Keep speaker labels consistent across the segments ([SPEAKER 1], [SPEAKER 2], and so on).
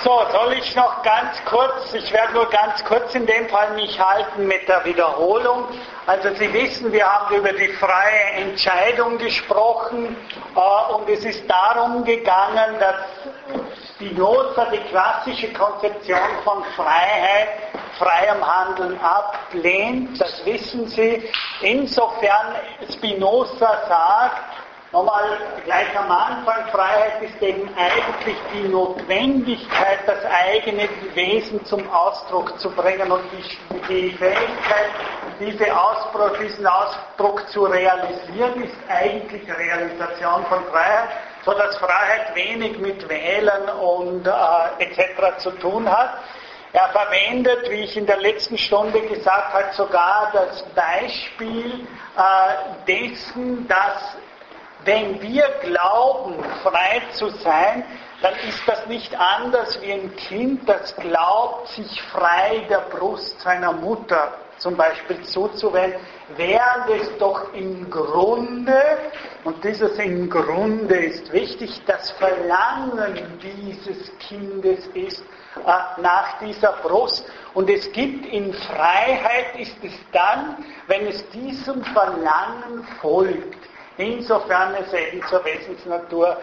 [SPEAKER 1] So, soll ich noch ganz kurz, ich werde nur ganz kurz in dem Fall mich halten mit der Wiederholung. Also Sie wissen, wir haben über die freie Entscheidung gesprochen und es ist darum gegangen, dass Spinoza die klassische Konzeption von Freiheit, freiem Handeln ablehnt. Das wissen Sie. Insofern Spinoza sagt, nochmal gleich am Anfang, Freiheit ist eben eigentlich die Notwendigkeit, das eigene Wesen zum Ausdruck zu bringen und die Fähigkeit, diesen Ausdruck zu realisieren, ist eigentlich Realisation von Freiheit, so dass Freiheit wenig mit Wählen und etc. zu tun hat. Er verwendet, wie ich in der letzten Stunde gesagt habe, sogar das Beispiel dessen, dass wenn wir glauben, frei zu sein, dann ist das nicht anders wie ein Kind, das glaubt, sich frei der Brust seiner Mutter zum Beispiel zuzuwenden, während es doch im Grunde, und dieses im Grunde ist wichtig, das Verlangen dieses Kindes ist nach dieser Brust. Und es gibt in Freiheit, ist es dann, wenn es diesem Verlangen folgt, insofern es eben zur Wesensnatur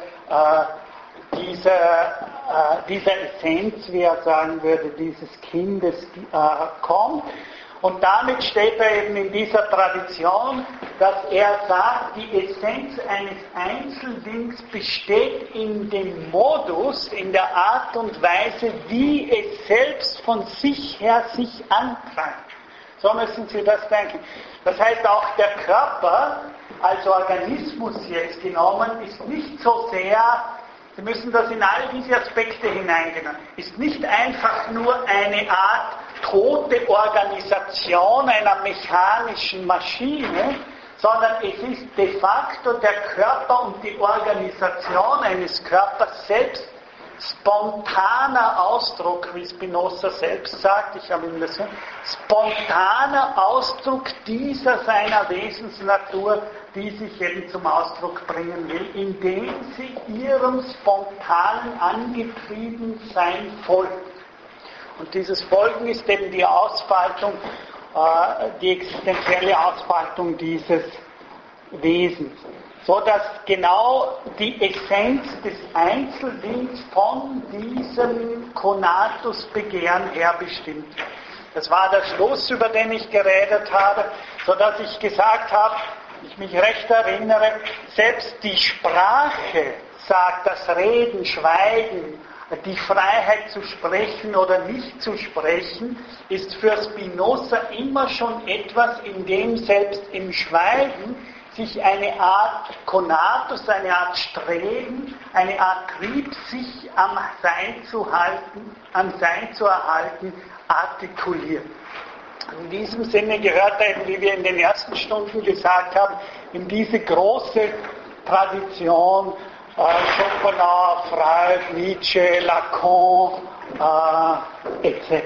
[SPEAKER 1] dieser Essenz, wie er sagen würde, dieses Kindes kommt. Und damit steht er eben in dieser Tradition, dass er sagt, die Essenz eines Einzeldings besteht in dem Modus, in der Art und Weise, wie es selbst von sich her sich antreibt. So müssen Sie das denken. Das heißt, auch der Körper als Organismus jetzt genommen ist nicht so sehr, Sie müssen das in all diese Aspekte hineingehen, ist nicht einfach nur eine Art tote Organisation einer mechanischen Maschine, sondern es ist de facto der Körper und die Organisation eines Körpers selbst spontaner Ausdruck, wie Spinoza selbst sagt, ich habe ihm das gesagt, spontaner Ausdruck dieser seiner Wesensnatur, die sich eben zum Ausdruck bringen will, indem sie ihrem spontanen Angetriebensein folgt. Und dieses Folgen ist eben die Ausfaltung, die existenzielle Ausfaltung dieses Wesens. So dass genau die Essenz des Einzeldings von diesem Conatusbegehren her bestimmt wird. Das war der Schluss, über den ich geredet habe, so dass ich gesagt habe, ich mich recht erinnere, selbst die Sprache sagt, das Reden, Schweigen, die Freiheit zu sprechen oder nicht zu sprechen, ist für Spinoza immer schon etwas, in dem selbst im Schweigen sich eine Art Conatus, eine Art Streben, eine Art Trieb, sich am Sein zu erhalten, artikuliert. In diesem Sinne gehört er eben, wie wir in den ersten Stunden gesagt haben, in diese große Tradition Schopenhauer, Freud, Nietzsche, Lacan etc.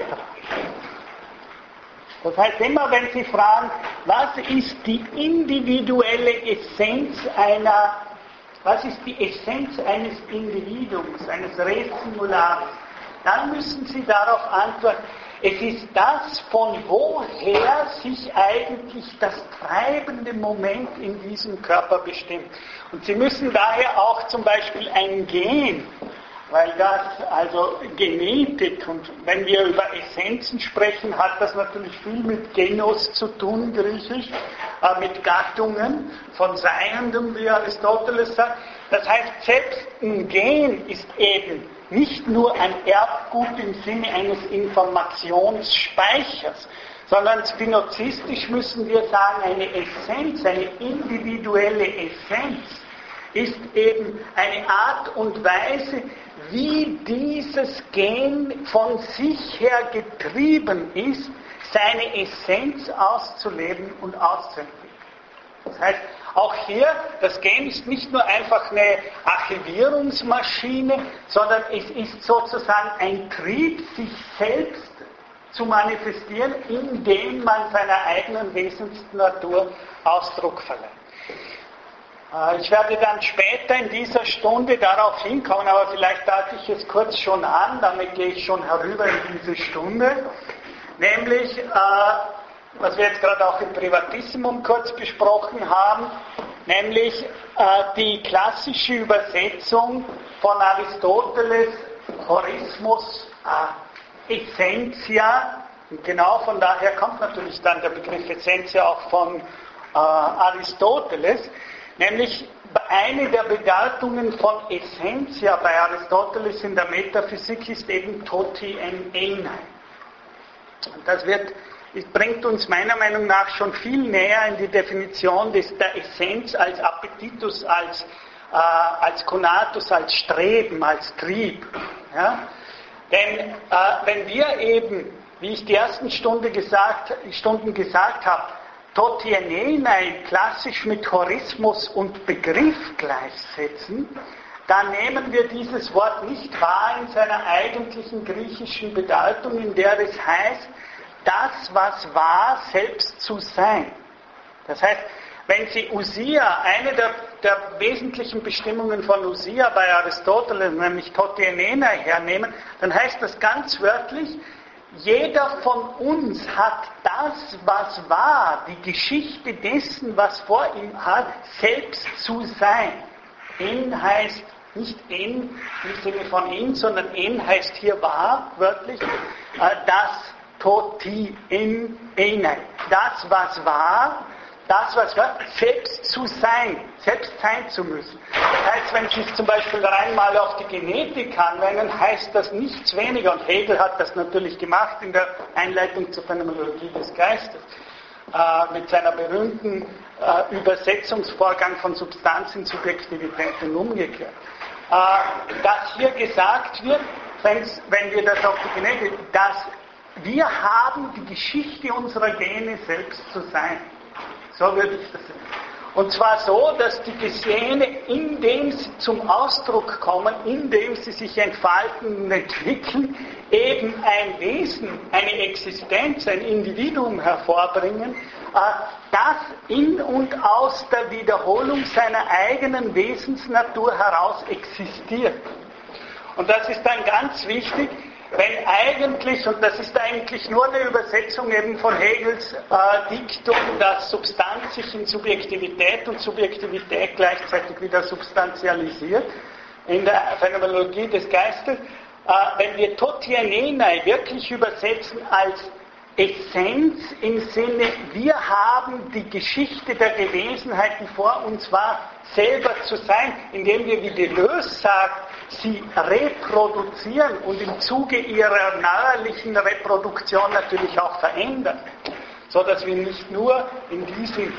[SPEAKER 1] Das heißt, immer wenn Sie fragen, was ist die individuelle Essenz was ist die Essenz eines Individuums, eines Res Singularis, dann müssen Sie darauf antworten, es ist das, von woher sich eigentlich das treibende Moment in diesem Körper bestimmt. Und Sie müssen daher auch zum Beispiel ein Gen, weil das, also Genetik, und wenn wir über Essenzen sprechen, hat das natürlich viel mit Genos zu tun, griechisch, mit Gattungen von Seiendem, wie Aristoteles sagt. Das heißt, selbst ein Gen ist eben nicht nur ein Erbgut im Sinne eines Informationsspeichers, sondern spinozistisch müssen wir sagen, eine Essenz, eine individuelle Essenz ist eben eine Art und Weise, wie dieses Gen von sich her getrieben ist, seine Essenz auszuleben und auszuentwickeln. Das heißt, auch hier, das Gen ist nicht nur einfach eine Archivierungsmaschine, sondern es ist sozusagen ein Trieb, sich selbst zu manifestieren, indem man seiner eigenen Wesensnatur Ausdruck verleiht. Ich werde dann später in dieser Stunde darauf hinkommen, aber vielleicht dachte ich es kurz schon an, damit gehe ich schon herüber in diese Stunde, nämlich, was wir jetzt gerade auch im Privatissimum kurz besprochen haben, nämlich die klassische Übersetzung von Aristoteles Horismus Essentia, und genau von daher kommt natürlich dann der Begriff Essentia auch von Aristoteles, nämlich eine der Bedeutungen von Essentia bei Aristoteles in der Metaphysik ist eben Toti en Einai. Und das bringt uns meiner Meinung nach schon viel näher in die Definition der Essenz als Appetitus, als Conatus, als Streben, als Trieb. Ja? Denn wenn wir eben, wie ich die ersten Stunden gesagt habe, Toti en Einai klassisch mit Horismus und Begriff gleichsetzen, dann nehmen wir dieses Wort nicht wahr in seiner eigentlichen griechischen Bedeutung, in der es heißt, das, was war, selbst zu sein. Das heißt, wenn Sie Ousia, eine der wesentlichen Bestimmungen von Ousia bei Aristoteles, nämlich Toti en Einai hernehmen, dann heißt das ganz wörtlich, jeder von uns hat das, was war, die Geschichte dessen, was vor ihm hat, selbst zu sein. En heißt nicht en im Sinne von in, sondern en heißt hier wahr, wörtlich, das Toti en Einai. Das, was war, selbst zu sein, selbst sein zu müssen. Das heißt, wenn Sie es zum Beispiel rein mal auf die Genetik anwenden, heißt das nichts weniger, und Hegel hat das natürlich gemacht in der Einleitung zur Phänomenologie des Geistes, mit seiner berühmten Übersetzungsvorgang von Substanz in Subjektivität und umgekehrt. Dass hier gesagt wird, wenn wir das auf die Genetik, dass wir haben die Geschichte unserer Gene selbst zu sein. So würde ich das sehen. Und zwar so, dass die Gene, indem sie zum Ausdruck kommen, indem sie sich entfalten und entwickeln, eben ein Wesen, eine Existenz, ein Individuum hervorbringen, das in und aus der Wiederholung seiner eigenen Wesensnatur heraus existiert. Und das ist dann ganz wichtig, wenn eigentlich, und das ist eigentlich nur eine Übersetzung eben von Hegels Diktum, dass Substanz sich in Subjektivität und Subjektivität gleichzeitig wieder substantialisiert, in der Phänomenologie des Geistes, wenn wir Toti en Einai wirklich übersetzen als Essenz im Sinne, wir haben die Geschichte der Gewesenheit, die vor uns war, selber zu sein, indem wir, wie Deleuze sagt, sie reproduzieren und im Zuge ihrer neuerlichen Reproduktion natürlich auch verändern, so dass wir nicht nur in diesem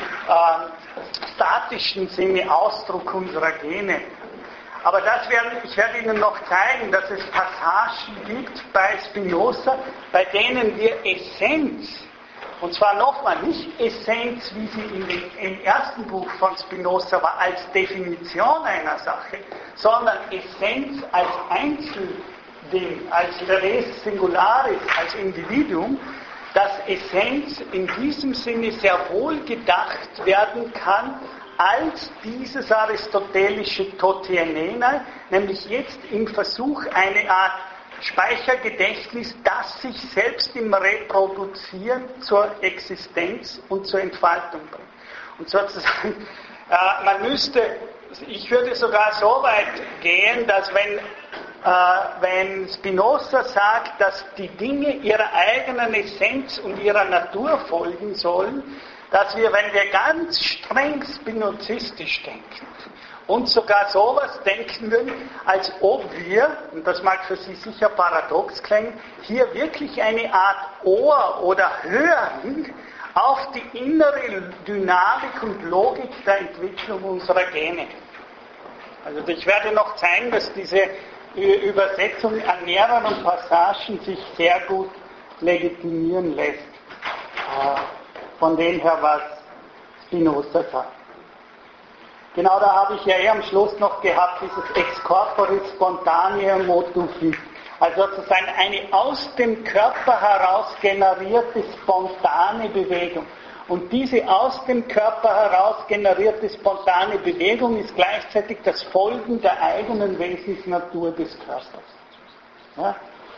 [SPEAKER 1] statischen Sinne Ausdruck unserer Gene. Aber ich werde Ihnen noch zeigen, dass es Passagen gibt bei Spinoza, bei denen wir Essenz, und zwar nochmal nicht Essenz, wie sie im ersten Buch von Spinoza war, als Definition einer Sache, sondern Essenz als Einzelding, als res singularis, als Individuum, dass Essenz in diesem Sinne sehr wohl gedacht werden kann, als dieses aristotelische Toti en Einai, nämlich jetzt im Versuch, eine Art Speichergedächtnis, das sich selbst im Reproduzieren zur Existenz und zur Entfaltung bringt. Und sozusagen, ich würde sogar so weit gehen, dass wenn Spinoza sagt, dass die Dinge ihrer eigenen Essenz und ihrer Natur folgen sollen, dass wir, wenn wir ganz streng spinozistisch denken, und sogar sowas denken würden, als ob wir, und das mag für Sie sicher paradox klingen, hier wirklich eine Art Ohr oder Hören auf die innere Dynamik und Logik der Entwicklung unserer Gene. Also ich werde noch zeigen, dass diese Übersetzung an mehreren Passagen sich sehr gut legitimieren lässt. Von dem her, was Spinoza sagt. Genau, da habe ich ja am Schluss noch gehabt, dieses ex corpore spontanea motu fit. Also sozusagen eine aus dem Körper heraus generierte spontane Bewegung. und diese aus dem Körper heraus generierte spontane Bewegung ist gleichzeitig das Folgen der eigenen Wesensnatur des Körpers. Ja?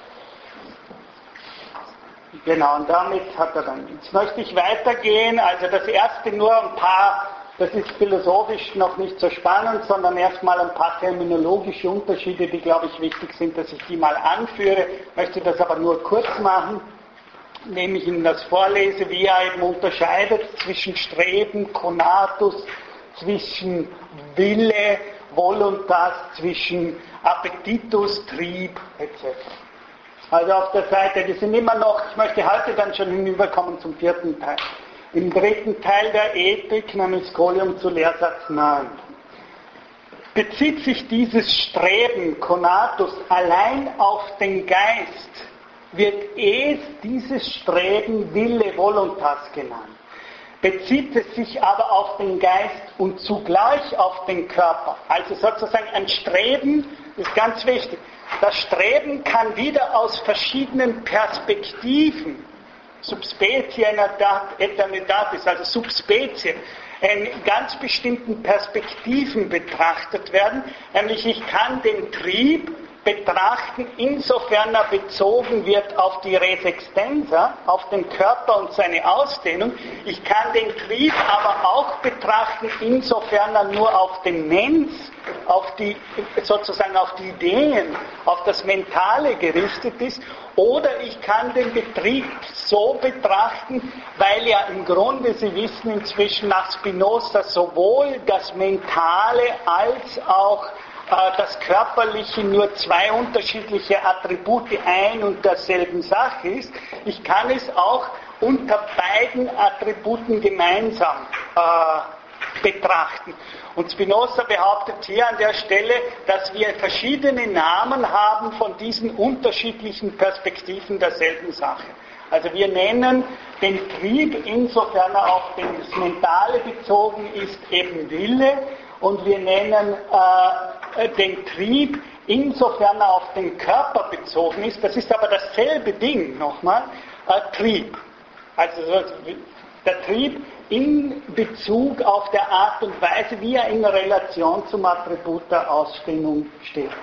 [SPEAKER 1] Genau, und damit hat er dann. Jetzt möchte ich weitergehen, also das erste nur ein paar, das ist philosophisch noch nicht so spannend, sondern erstmal ein paar terminologische Unterschiede, die, glaube ich, wichtig sind, dass ich die mal anführe. Ich möchte das aber nur kurz machen, indem ich Ihnen das vorlese, wie er eben unterscheidet zwischen Streben, Conatus, zwischen Wille, Voluntas, zwischen Appetitus, Trieb, etc. Also auf der Seite, die sind immer noch, ich möchte heute dann schon hinüberkommen zum vierten Teil. Im dritten Teil der Ethik, nämlich Scholium zu Lehrsatz 9. Bezieht sich dieses Streben, Conatus, allein auf den Geist, wird dieses Streben Wille, Voluntas genannt. Bezieht es sich aber auf den Geist und zugleich auf den Körper. Also sozusagen ein Streben ist ganz wichtig. Das Streben kann wieder aus verschiedenen Perspektiven, Subspecie Eternitatis, also Subspezie, in ganz bestimmten Perspektiven betrachtet werden. Nämlich ich kann den Trieb betrachten, insofern er bezogen wird auf die Res extensa, auf den Körper und seine Ausdehnung. Ich kann den Trieb aber auch betrachten, insofern er nur auf den Mensch, sozusagen auf die Ideen, auf das Mentale gerichtet ist. Oder ich kann den Betrieb so betrachten, weil ja im Grunde, Sie wissen inzwischen nach Spinoza, sowohl das Mentale als auch das Körperliche nur zwei unterschiedliche Attribute ein und derselben Sache ist. Ich kann es auch unter beiden Attributen gemeinsam betrachten. Und Spinoza behauptet hier an der Stelle, dass wir verschiedene Namen haben von diesen unterschiedlichen Perspektiven derselben Sache. Also wir nennen den Trieb, insofern er auf das Mentale bezogen ist, eben Wille, und wir nennen den Trieb, insofern er auf den Körper bezogen ist, das ist aber dasselbe Ding, nochmal, Trieb. Also der Trieb in Bezug auf der Art und Weise, wie er in Relation zum Attribut der Ausdehnung steht.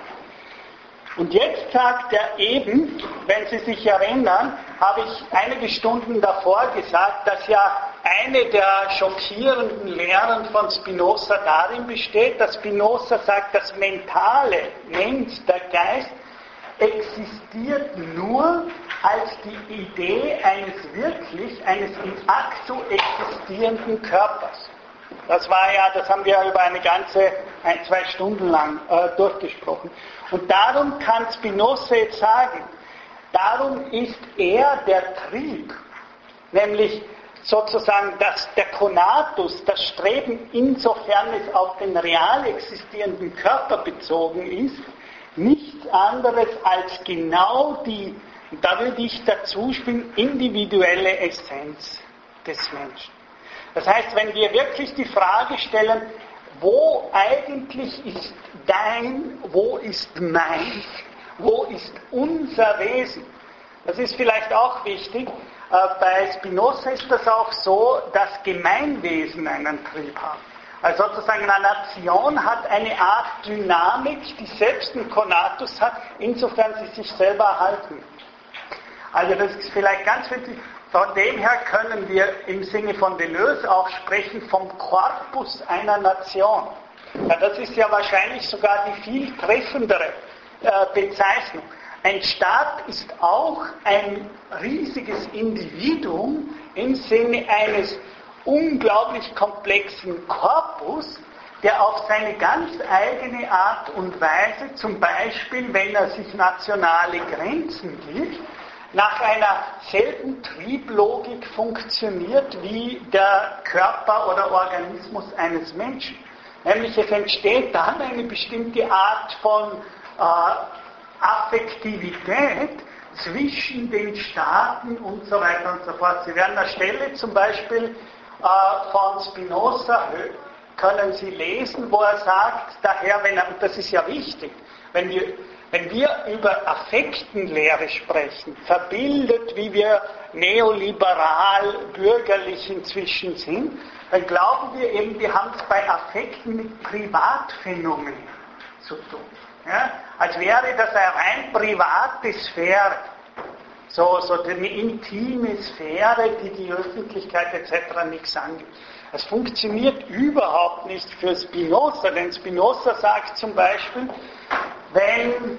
[SPEAKER 1] Und jetzt sagt er eben, wenn Sie sich erinnern, habe ich einige Stunden davor gesagt, dass ja eine der schockierenden Lehren von Spinoza darin besteht, dass Spinoza sagt, das Mentale, Mensch, der Geist, existiert nur als die Idee eines in actu existierenden Körpers. Das haben wir über eine ganze 2 Stunden lang durchgesprochen. Und darum kann Spinoza jetzt sagen, darum ist er der Trieb, nämlich sozusagen der Conatus, das Streben, insofern es auf den real existierenden Körper bezogen ist, nichts anderes als genau die, da würde ich dazu spielen, individuelle Essenz des Menschen. Das heißt, wenn wir wirklich die Frage stellen, wo eigentlich ist dein, wo ist mein, wo ist unser Wesen? Das ist vielleicht auch wichtig. Bei Spinoza ist das auch so, dass Gemeinwesen einen Trieb haben. Also sozusagen eine Nation hat eine Art Dynamik, die selbst einen Conatus hat, insofern sie sich selber erhalten. Also das ist vielleicht ganz wichtig. Von dem her können wir im Sinne von Deleuze auch sprechen vom Korpus einer Nation. Ja, das ist ja wahrscheinlich sogar die viel treffendere Bezeichnung. Ein Staat ist auch ein riesiges Individuum im Sinne eines unglaublich komplexen Korpus, der auf seine ganz eigene Art und Weise, zum Beispiel, wenn er sich nationale Grenzen gibt, nach einer selben Trieblogik funktioniert wie der Körper oder Organismus eines Menschen. Nämlich es entsteht dann eine bestimmte Art von Affektivität zwischen den Staaten und so weiter und so fort. Sie werden an der Stelle zum Beispiel von Spinoza können Sie lesen, wo er sagt, daher, und das ist ja wichtig, wenn wir über Affektenlehre sprechen, verbildet, wie wir neoliberal, bürgerlich inzwischen sind, dann glauben wir eben, wir haben es bei Affekten mit Privatphänomenen zu tun. Ja? Als wäre das eine rein private Sphäre, so eine intime Sphäre, die Öffentlichkeit etc. nichts angeht. Das funktioniert überhaupt nicht für Spinoza, denn Spinoza sagt zum Beispiel, wenn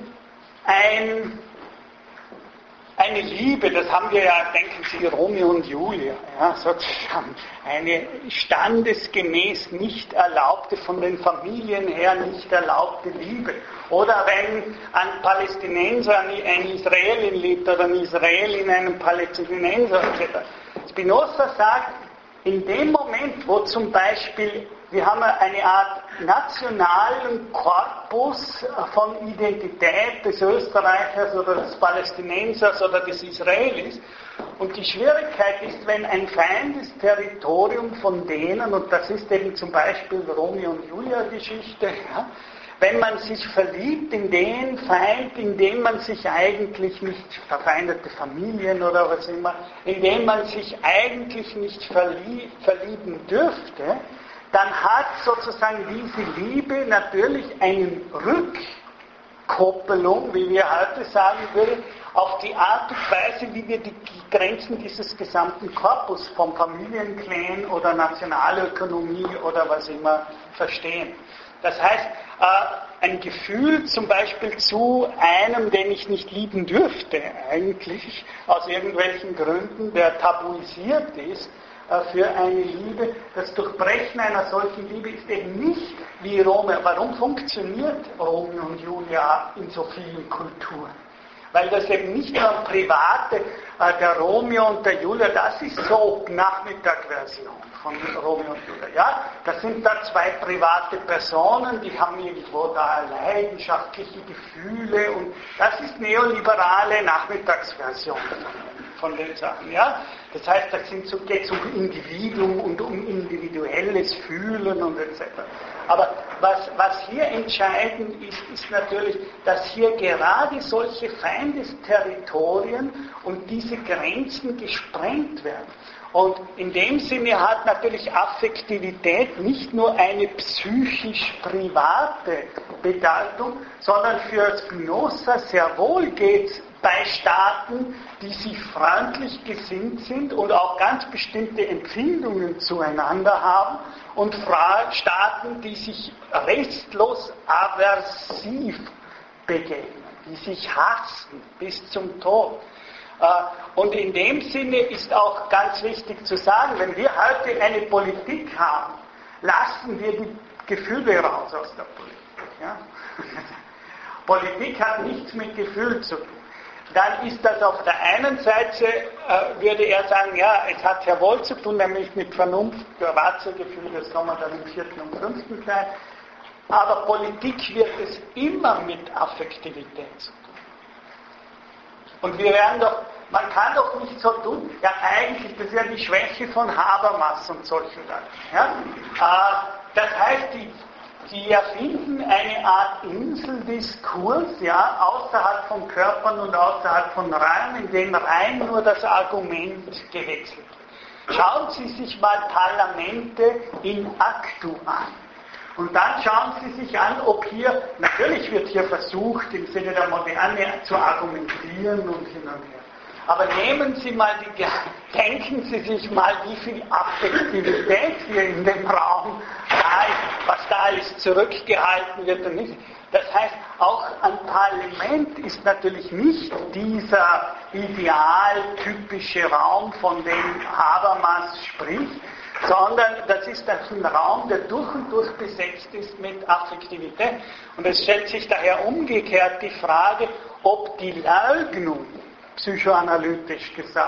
[SPEAKER 1] eine Liebe, das haben wir ja, denken Sie, Romeo und Julia, ja, sozusagen, eine standesgemäß nicht erlaubte, von den Familien her nicht erlaubte Liebe. Oder wenn ein Palästinenser ein Israelin liebt oder ein Israel in einem Palästinenser etc. Spinoza sagt, in dem Moment, wo zum Beispiel, wir haben eine Art nationalen Korpus von Identität des Österreichers oder des Palästinensers oder des Israelis, und die Schwierigkeit ist, wenn ein feindes Territorium von denen, und das ist eben zum Beispiel Romeo und Julia Geschichte, ja, wenn man sich verliebt in den Feind, in dem man sich eigentlich nicht, verfeindete Familien oder was immer, in dem man sich eigentlich nicht verlieben dürfte, dann hat sozusagen diese Liebe natürlich eine Rückkoppelung, wie wir heute sagen würden, auf die Art und Weise, wie wir die Grenzen dieses gesamten Korpus vom Familienclan oder Nationalökonomie oder was immer verstehen. Das heißt, ein Gefühl zum Beispiel zu einem, den ich nicht lieben dürfte, eigentlich, aus irgendwelchen Gründen, der tabuisiert ist, für eine Liebe, das Durchbrechen einer solchen Liebe ist eben nicht wie Romeo. Warum funktioniert Romeo und Julia in so vielen Kulturen? Weil das eben nicht nur ein private, der Romeo und der Julia, das ist so Nachmittagversion von Romeo und Julia. Ja? Das sind da zwei private Personen, die haben irgendwo da leidenschaftliche Gefühle und das ist neoliberale Nachmittagsversion von den Sachen. Ja? Das heißt, das geht um Individuum und um individuelles Fühlen und etc. Aber was hier entscheidend ist, ist natürlich, dass hier gerade solche Feindesterritorien und diese Grenzen gesprengt werden. Und in dem Sinne hat natürlich Affektivität nicht nur eine psychisch private Bedeutung, sondern für Spinoza sehr wohl geht es bei Staaten, die sich freundlich gesinnt sind und auch ganz bestimmte Empfindungen zueinander haben, und Staaten, die sich restlos aversiv begegnen, die sich hassen bis zum Tod. Und in dem Sinne ist auch ganz wichtig zu sagen, wenn wir heute eine Politik haben, lassen wir die Gefühle raus aus der Politik. Ja? Politik hat nichts mit Gefühl zu tun. Dann ist das auf der einen Seite, würde er sagen, ja, es hat sehr wohl zu tun, nämlich mit Vernunft, Ratiogefühl, das kommen wir dann im 4. und 5. Teil. Aber Politik wird es immer mit Affektivität zu tun. Und wir werden doch, man kann doch nicht so tun, ja eigentlich, das ist ja die Schwäche von Habermas und solchen Leuten. Ja? Das heißt, die erfinden eine Art Inseldiskurs, ja, außerhalb von Körpern und außerhalb von Räumen, in dem rein nur das Argument gewechselt wird. Schauen Sie sich mal Parlamente in actu an. Und dann schauen Sie sich an, ob hier, natürlich wird hier versucht, im Sinne der Moderne zu argumentieren und hin und her. Aber denken Sie sich mal, wie viel Affektivität hier in dem Raum da ist, was da alles zurückgehalten wird und nicht. Das heißt, auch ein Parlament ist natürlich nicht dieser idealtypische Raum, von dem Habermas spricht, sondern das ist ein Raum, der durch und durch besetzt ist mit Affektivität. Und es stellt sich daher umgekehrt die Frage, ob die Leugnung, psychoanalytisch gesagt,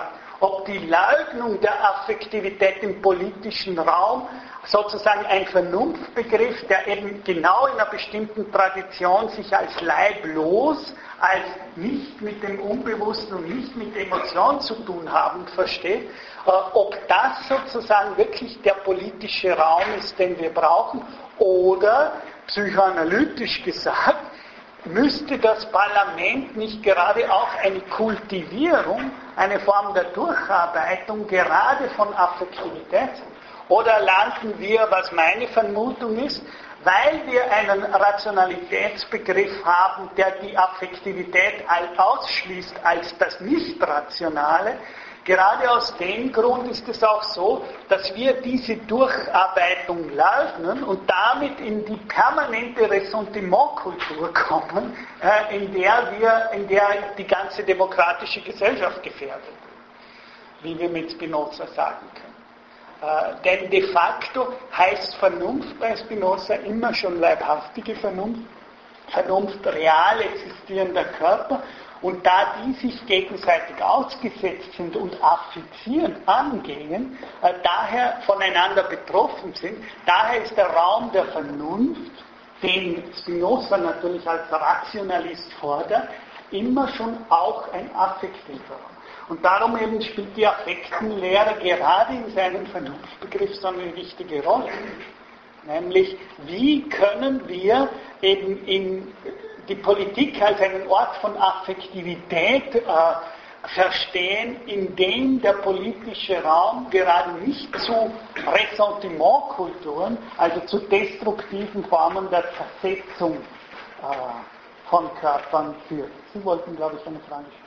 [SPEAKER 1] ob die Leugnung der Affektivität im politischen Raum sozusagen ein Vernunftbegriff, der eben genau in einer bestimmten Tradition sich als leiblos, als nicht mit dem Unbewussten und nicht mit Emotionen zu tun haben versteht, ob das sozusagen wirklich der politische Raum ist, den wir brauchen, oder, psychoanalytisch gesagt, müsste das Parlament nicht gerade auch eine Kultivierung, eine Form der Durcharbeitung gerade von Affektivität sein? Oder landen wir, was meine Vermutung ist, weil wir einen Rationalitätsbegriff haben, der die Affektivität ausschließt als das Nicht-Rationale, gerade aus dem Grund ist es auch so, dass wir diese Durcharbeitung leugnen und damit in die permanente Ressentimentkultur kommen, in der die ganze demokratische Gesellschaft gefährdet wird, wie wir mit Spinoza sagen können. Denn de facto heißt Vernunft bei Spinoza immer schon leibhaftige Vernunft, Vernunft real existierender Körper, und da die sich gegenseitig ausgesetzt sind und affizieren, angehen, daher voneinander betroffen sind, daher ist der Raum der Vernunft, den Spinoza natürlich als Rationalist fordert, immer schon auch ein affektiver Raum. Und darum eben spielt die Affektenlehre gerade in seinem Vernunftbegriff so eine wichtige Rolle. Nämlich, wie können wir eben in die Politik als einen Ort von Affektivität verstehen, in dem der politische Raum gerade nicht zu Ressentimentkulturen, also zu destruktiven Formen der Zersetzung von Körpern führt. Sie wollten, glaube ich, eine Frage stellen.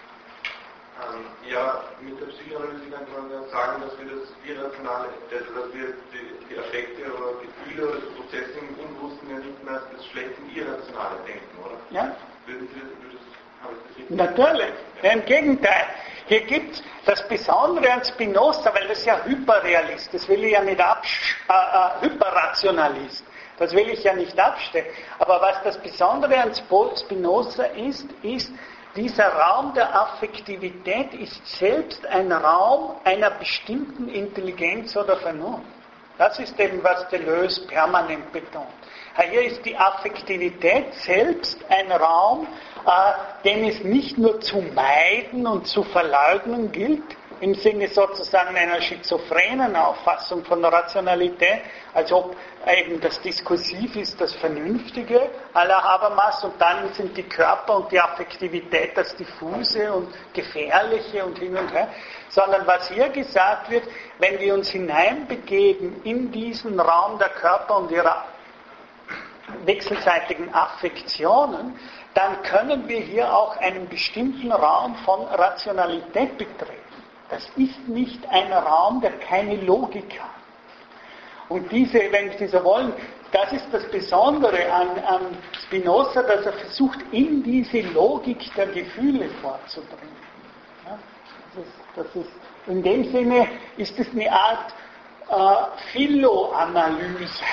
[SPEAKER 2] Ja, mit der Psychoanalyse kann man ja sagen, dass wir das Irrationale, dass wir die Affekte oder Gefühle oder Prozesse im Unbewussten ja nicht mehr als das schlechte Irrationale denken, oder?
[SPEAKER 1] Ja.
[SPEAKER 2] Habe ich das
[SPEAKER 1] Natürlich, ja, im Gegenteil. Hier gibt es das Besondere an Spinoza, weil das ja Hyperrealist, das will ich ja nicht Hyperrationalist, das will ich ja nicht abstellen. Aber was das Besondere an Spinoza ist, dieser Raum der Affektivität ist selbst ein Raum einer bestimmten Intelligenz oder Vernunft. Das ist eben, was Deleuze permanent betont. Hier ist die Affektivität selbst ein Raum, den es nicht nur zu meiden und zu verleugnen gilt, im Sinne sozusagen einer schizophrenen Auffassung von Rationalität, als ob eben das Diskursiv ist das Vernünftige aller Habermas und dann sind die Körper und die Affektivität das Diffuse und Gefährliche und hin und her, sondern was hier gesagt wird, wenn wir uns hineinbegeben in diesen Raum der Körper und ihrer wechselseitigen Affektionen, dann können wir hier auch einen bestimmten Raum von Rationalität betreten. Das ist nicht ein Raum, der keine Logik hat. Und diese, wenn Sie so wollen, das ist das Besondere an Spinoza, dass er versucht, in diese Logik der Gefühle vorzudringen. Ja, das ist, in dem Sinne ist es eine Art Philoanalyse,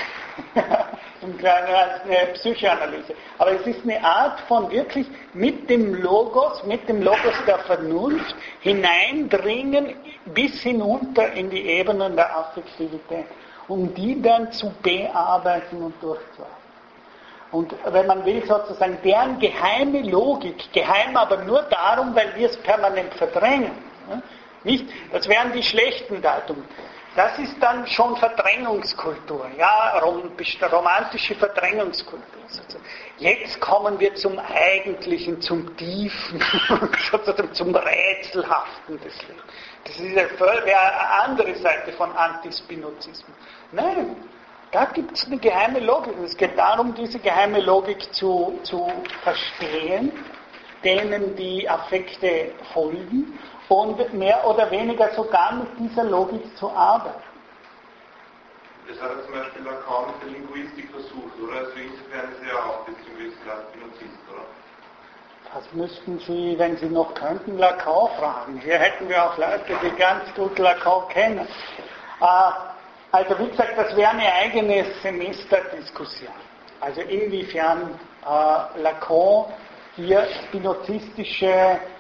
[SPEAKER 1] als eine Psychoanalyse. Aber es ist eine Art von wirklich mit dem Logos der Vernunft hineindringen bis hinunter in die Ebenen der Affektivität, um die dann zu bearbeiten und durchzuarbeiten. Und wenn man will, sozusagen deren geheime Logik, geheim aber nur darum, weil wir es permanent verdrängen. Nicht? Das wären die schlechten Deutungen. Das ist dann schon Verdrängungskultur, ja, romantische Verdrängungskultur. Jetzt kommen wir zum Eigentlichen, zum Tiefen, sozusagen zum Rätselhaften des Lebens. Das ist eine andere Seite von Antispinozismus. Nein, da gibt es eine geheime Logik. Es geht darum, diese geheime Logik zu verstehen, denen die Affekte folgen, und mehr oder weniger sogar mit dieser Logik zu arbeiten.
[SPEAKER 2] Das hat er zum Beispiel Lacan mit der Linguistik versucht, oder? Also insofern ist er ja auch ein bisschen Spinozist, oder?
[SPEAKER 1] Das müssten Sie, wenn Sie noch könnten, Lacan fragen. Hier hätten wir auch Leute, die ganz gut Lacan kennen. Also wie gesagt, das wäre eine eigene Semesterdiskussion. Also inwiefern Lacan hier spinozistische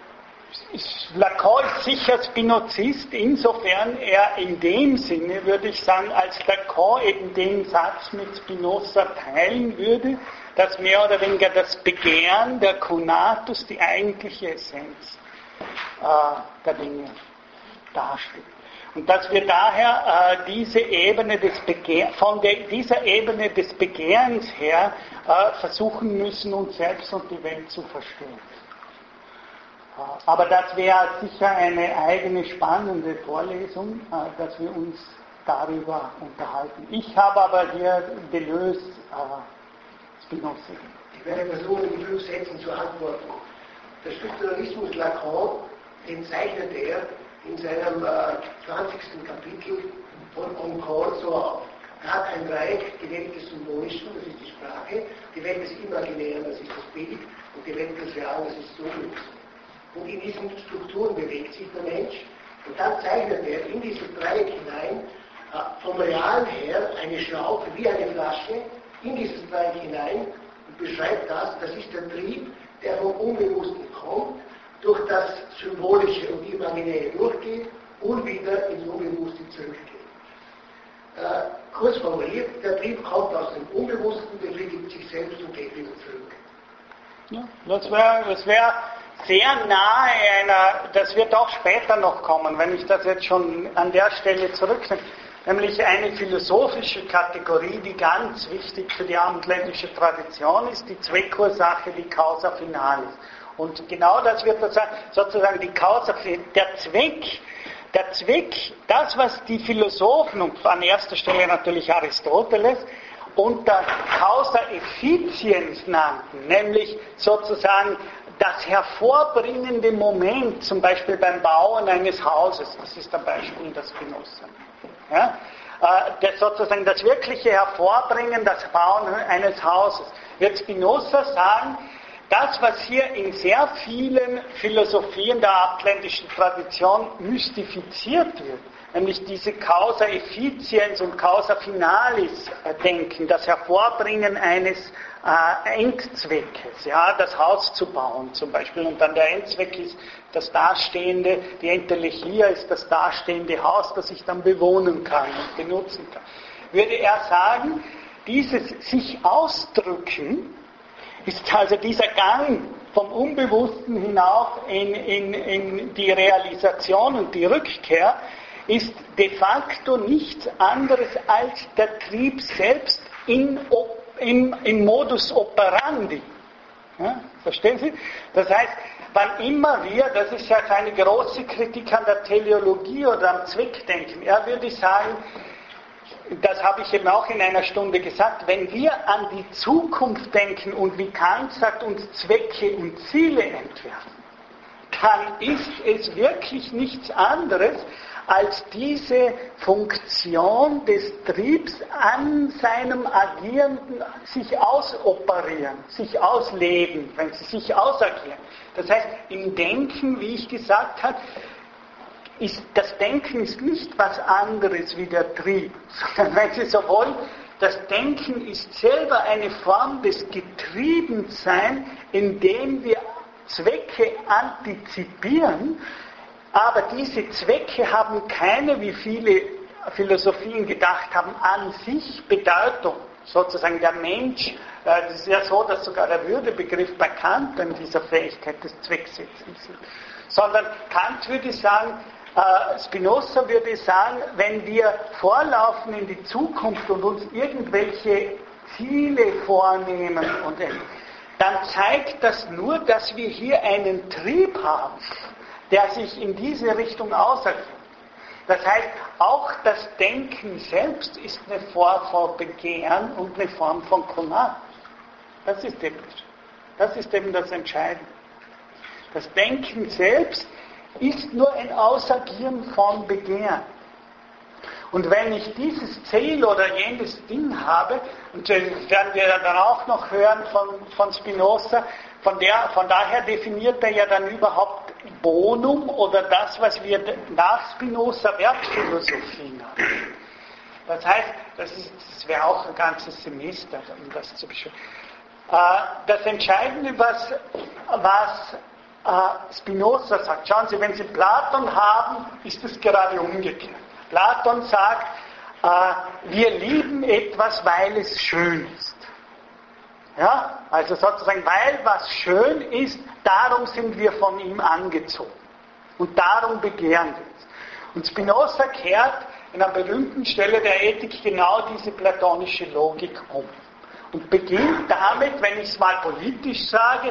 [SPEAKER 1] Lacan ist sicher Spinozist, insofern er in dem Sinne, würde ich sagen, als Lacan eben den Satz mit Spinoza teilen würde, dass mehr oder weniger das Begehren, der Conatus, die eigentliche Essenz der Dinge darstellt. Und dass wir daher diese Ebene des dieser Ebene des Begehrens her versuchen müssen, uns selbst und die Welt zu verstehen. Aber das wäre sicher eine eigene spannende Vorlesung, dass wir uns darüber unterhalten. Ich habe aber hier Deleuze Spinoza.
[SPEAKER 3] Ich werde versuchen, in 5 Sätzen zu antworten. Der Strukturalismus Lacan, den zeichnet er in seinem 20. Kapitel von Encore so auf. Er hat ein Dreieck, die Welt des Symbolischen, das ist die Sprache, die Welt des Imaginären, das ist das Bild, und die Welt des Realen, das ist das Unbewusste. Und in diesen Strukturen bewegt sich der Mensch, und dann zeichnet er in dieses Dreieck hinein, vom Realen her, eine Schlaufe wie eine Flasche, in dieses Dreieck hinein, und beschreibt das ist der Trieb, der vom Unbewussten kommt, durch das Symbolische und Imaginäre durchgeht und wieder ins Unbewusste zurückgeht. Kurz formuliert, der Trieb kommt aus dem Unbewussten, befriedigt sich selbst und geht wieder zurück.
[SPEAKER 1] Ja, das wäre sehr nahe das wird auch später noch kommen, wenn ich das jetzt schon an der Stelle zurücknehme, nämlich eine philosophische Kategorie, die ganz wichtig für die abendländische Tradition ist, die Zweckursache, die Causa Finalis. Und genau das wird sozusagen die Causa, der Zweck, das, was die Philosophen, und an erster Stelle natürlich Aristoteles, unter Causa Efficiens nannten, nämlich sozusagen das hervorbringende Moment, zum Beispiel beim Bauen eines Hauses, das ist ein Beispiel der Spinoza. Ja? Sozusagen das wirkliche Hervorbringen, das Bauen eines Hauses. Wird Spinoza sagen, das, was hier in sehr vielen Philosophien der abendländischen Tradition mystifiziert wird, nämlich diese Causa Efficiens und Causa Finalis denken, das Hervorbringen eines Endzweckes, ja, das Haus zu bauen zum Beispiel, und dann der Endzweck ist das dastehende, die Entelechia ist das dastehende Haus, das ich dann bewohnen kann und benutzen kann. Würde er sagen, dieses sich ausdrücken, ist also dieser Gang vom Unbewussten hinauf in die Realisation und die Rückkehr, ist de facto nichts anderes als der Trieb selbst im Modus operandi. Ja, verstehen Sie? Das heißt, wann immer das ist ja keine große Kritik an der Teleologie oder am Zweckdenken, er würde sagen, das habe ich eben auch in einer Stunde gesagt, wenn wir an die Zukunft denken und wie Kant sagt, uns Zwecke und Ziele entwerfen, dann ist es wirklich nichts anderes als diese Funktion des Triebs an seinem Agierenden sich ausoperieren, sich ausleben, wenn sie sich ausagieren. Das heißt, im Denken, wie ich gesagt habe, das Denken ist nicht was anderes wie der Trieb, sondern wenn Sie so wollen, das Denken ist selber eine Form des Getriebenseins, indem wir Zwecke antizipieren, aber diese Zwecke haben keine, wie viele Philosophien gedacht haben, an sich Bedeutung. Sozusagen der Mensch, das ist ja so, dass sogar der Würdebegriff bei Kant in dieser Fähigkeit des Zwecksetzens ist. Sondern Kant würde sagen, Spinoza würde sagen, wenn wir vorlaufen in die Zukunft und uns irgendwelche Ziele vornehmen, dann zeigt das nur, dass wir hier einen Trieb haben, der sich in diese Richtung ausagiert. Das heißt, auch das Denken selbst ist eine Form von Begehren und eine Form von Konat. Das ist eben das Entscheidende. Das Denken selbst ist nur ein Ausagieren von Begehren. Und wenn ich dieses Ziel oder jenes Ding habe, und das werden wir dann auch noch hören von Spinoza, von daher definiert er ja dann überhaupt Bonum oder das, was wir nach Spinoza Wertphilosophie nennen. Das heißt, das wäre auch ein ganzes Semester, um das zu beschreiben. Das Entscheidende, was Spinoza sagt, schauen Sie, wenn Sie Platon haben, ist es gerade umgekehrt. Platon sagt, wir lieben etwas, weil es schön ist. Ja? Also sozusagen, weil was schön ist, darum sind wir von ihm angezogen. Und darum begehren wir es. Und Spinoza kehrt in einer berühmten Stelle der Ethik genau diese platonische Logik um. Und beginnt damit, wenn ich es mal politisch sage,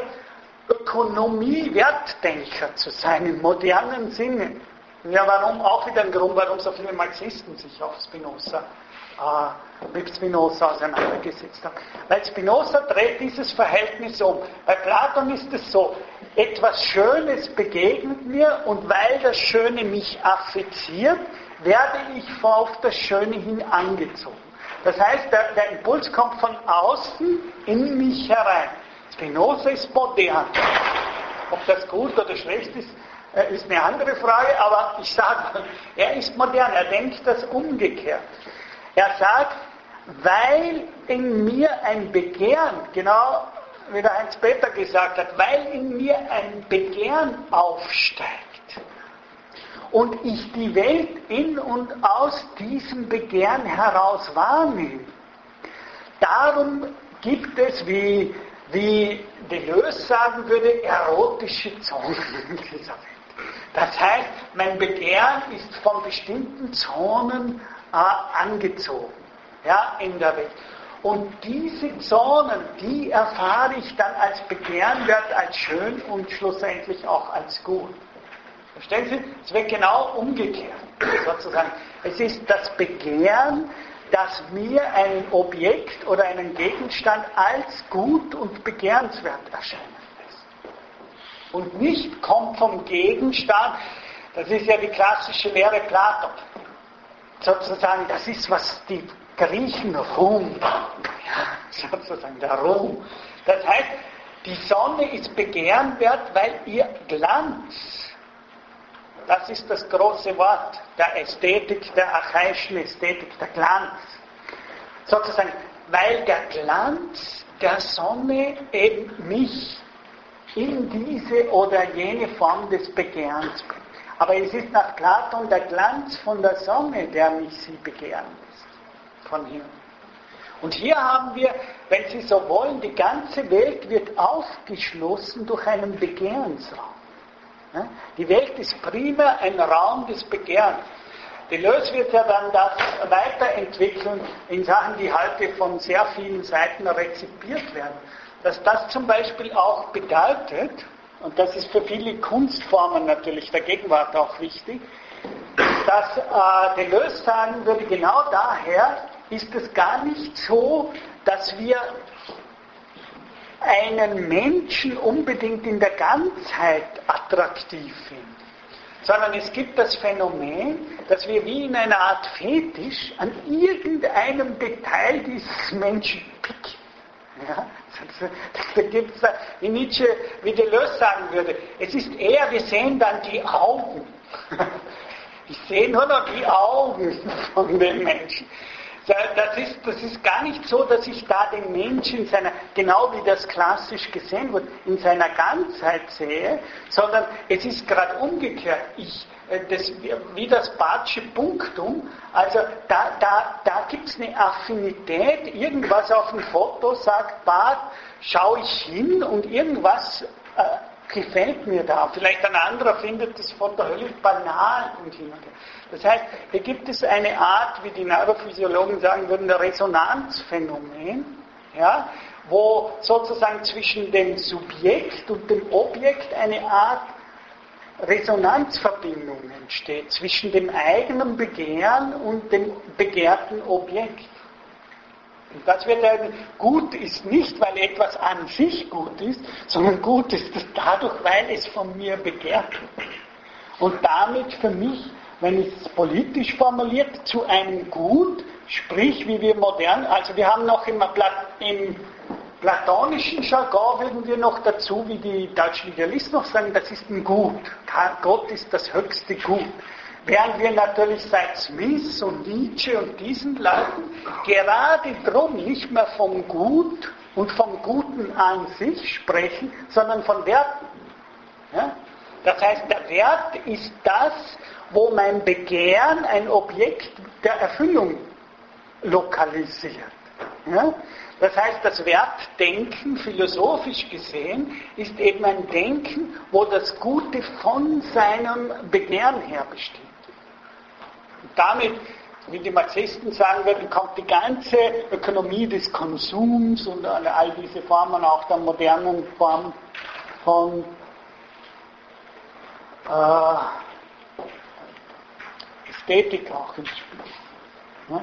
[SPEAKER 1] Ökonomie-Wertdenker zu sein im modernen Sinne. Ja, warum? Auch wieder ein Grund, warum so viele Marxisten sich auf Spinoza, mit Spinoza auseinandergesetzt haben. Weil Spinoza dreht dieses Verhältnis um. Bei Platon ist es so, etwas Schönes begegnet mir und weil das Schöne mich affiziert, werde ich auf das Schöne hin angezogen. Das heißt, der Impuls kommt von außen in mich herein. Spinoza ist modern. Ob das gut oder schlecht ist, ist eine andere Frage, aber ich sage, er ist modern, er denkt das umgekehrt. Er sagt, weil in mir ein Begehren, genau wie der Heinz-Peter gesagt hat, weil in mir ein Begehren aufsteigt und ich die Welt in und aus diesem Begehren heraus wahrnehme, darum gibt es, wie Deleuze sagen würde, erotische Zonen in dieser Welt. Das heißt, mein Begehren ist von bestimmten Zonen angezogen, ja, in der Welt. Und diese Zonen, die erfahre ich dann als Begehrenswert, als schön und schlussendlich auch als gut. Verstehen Sie? Es wird genau umgekehrt, sozusagen. Es ist das Begehren, das mir ein Objekt oder einen Gegenstand als gut und begehrenswert erscheinen lässt. Und nicht kommt vom Gegenstand, das ist ja die klassische Lehre Platon. Sozusagen, das ist, was die Griechen Ruhm, ja, sozusagen der Ruhm. Das heißt, die Sonne ist begehrenswert, weil ihr Glanz, das ist das große Wort der Ästhetik, der archaischen Ästhetik, der Glanz. Sozusagen, weil der Glanz der Sonne eben mich in diese oder jene Form des Begehrens bringt. Aber es ist nach Platon der Glanz von der Sonne, der mich sie begehren lässt. Von hier. Und hier haben wir, wenn Sie so wollen, die ganze Welt wird aufgeschlossen durch einen Begehrensraum. Die Welt ist primär ein Raum des Begehrens. Deleuze wird ja dann das weiterentwickeln in Sachen, die heute von sehr vielen Seiten rezipiert werden. Dass das zum Beispiel auch bedeutet, und das ist für viele Kunstformen natürlich der Gegenwart auch wichtig, dass Deleuze sagen würde, genau daher ist es gar nicht so, dass wir einen Menschen unbedingt in der Ganzheit attraktiv finden, sondern es gibt das Phänomen, dass wir wie in einer Art Fetisch an irgendeinem Detail dieses Menschen picken. Ja? Da gibt es, wie Nietzsche, wie Deleuze sagen würde, es ist eher, wir sehen dann die Augen. Ich sehe nur noch die Augen von den Menschen. Das ist gar nicht so, dass ich da den Menschen in seiner, genau wie das klassisch gesehen wird, in seiner Ganzheit sehe, sondern es ist gerade umgekehrt. Wie das Barthsche Punktum, also da gibt es eine Affinität, irgendwas auf dem Foto sagt Barth, schaue ich hin und irgendwas gefällt mir da. Vielleicht ein anderer findet das Foto völlig banal und hin und her. Das heißt, hier gibt es eine Art, wie die Neurophysiologen sagen würden, ein Resonanzphänomen, ja, wo sozusagen zwischen dem Subjekt und dem Objekt eine Art Resonanzverbindung entsteht, zwischen dem eigenen Begehren und dem begehrten Objekt. Und das wird gut ist nicht, weil etwas an sich gut ist, sondern gut ist es dadurch, weil es von mir begehrt wird. Und damit für mich, wenn ich es politisch formuliert, zu einem Gut, sprich wie wir modern, also wir haben noch im platonischen Jargon würden wir noch dazu, wie die deutschen Idealisten noch sagen, das ist ein Gut. Gott ist das höchste Gut. Während wir natürlich seit Smith und Nietzsche und diesen Leuten gerade drum nicht mehr vom Gut und vom Guten an sich sprechen, sondern von Werten. Ja? Das heißt, der Wert ist das, wo mein Begehren ein Objekt der Erfüllung lokalisiert. Ja? Das heißt, das Wertdenken, philosophisch gesehen, ist eben ein Denken, wo das Gute von seinem Begehren her besteht. Und damit, wie die Marxisten sagen würden, kommt die ganze Ökonomie des Konsums und all diese Formen auch der modernen Form von Ästhetik auch ins Spiel. Ja?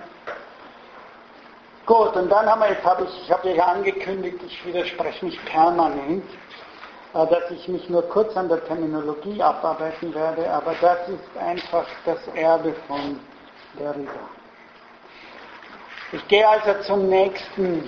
[SPEAKER 1] Gut, und dann ich habe ja angekündigt, ich widerspreche nicht permanent, dass ich mich nur kurz an der Terminologie abarbeiten werde, aber das ist einfach das Erbe von Derrida. Ich gehe also zur nächsten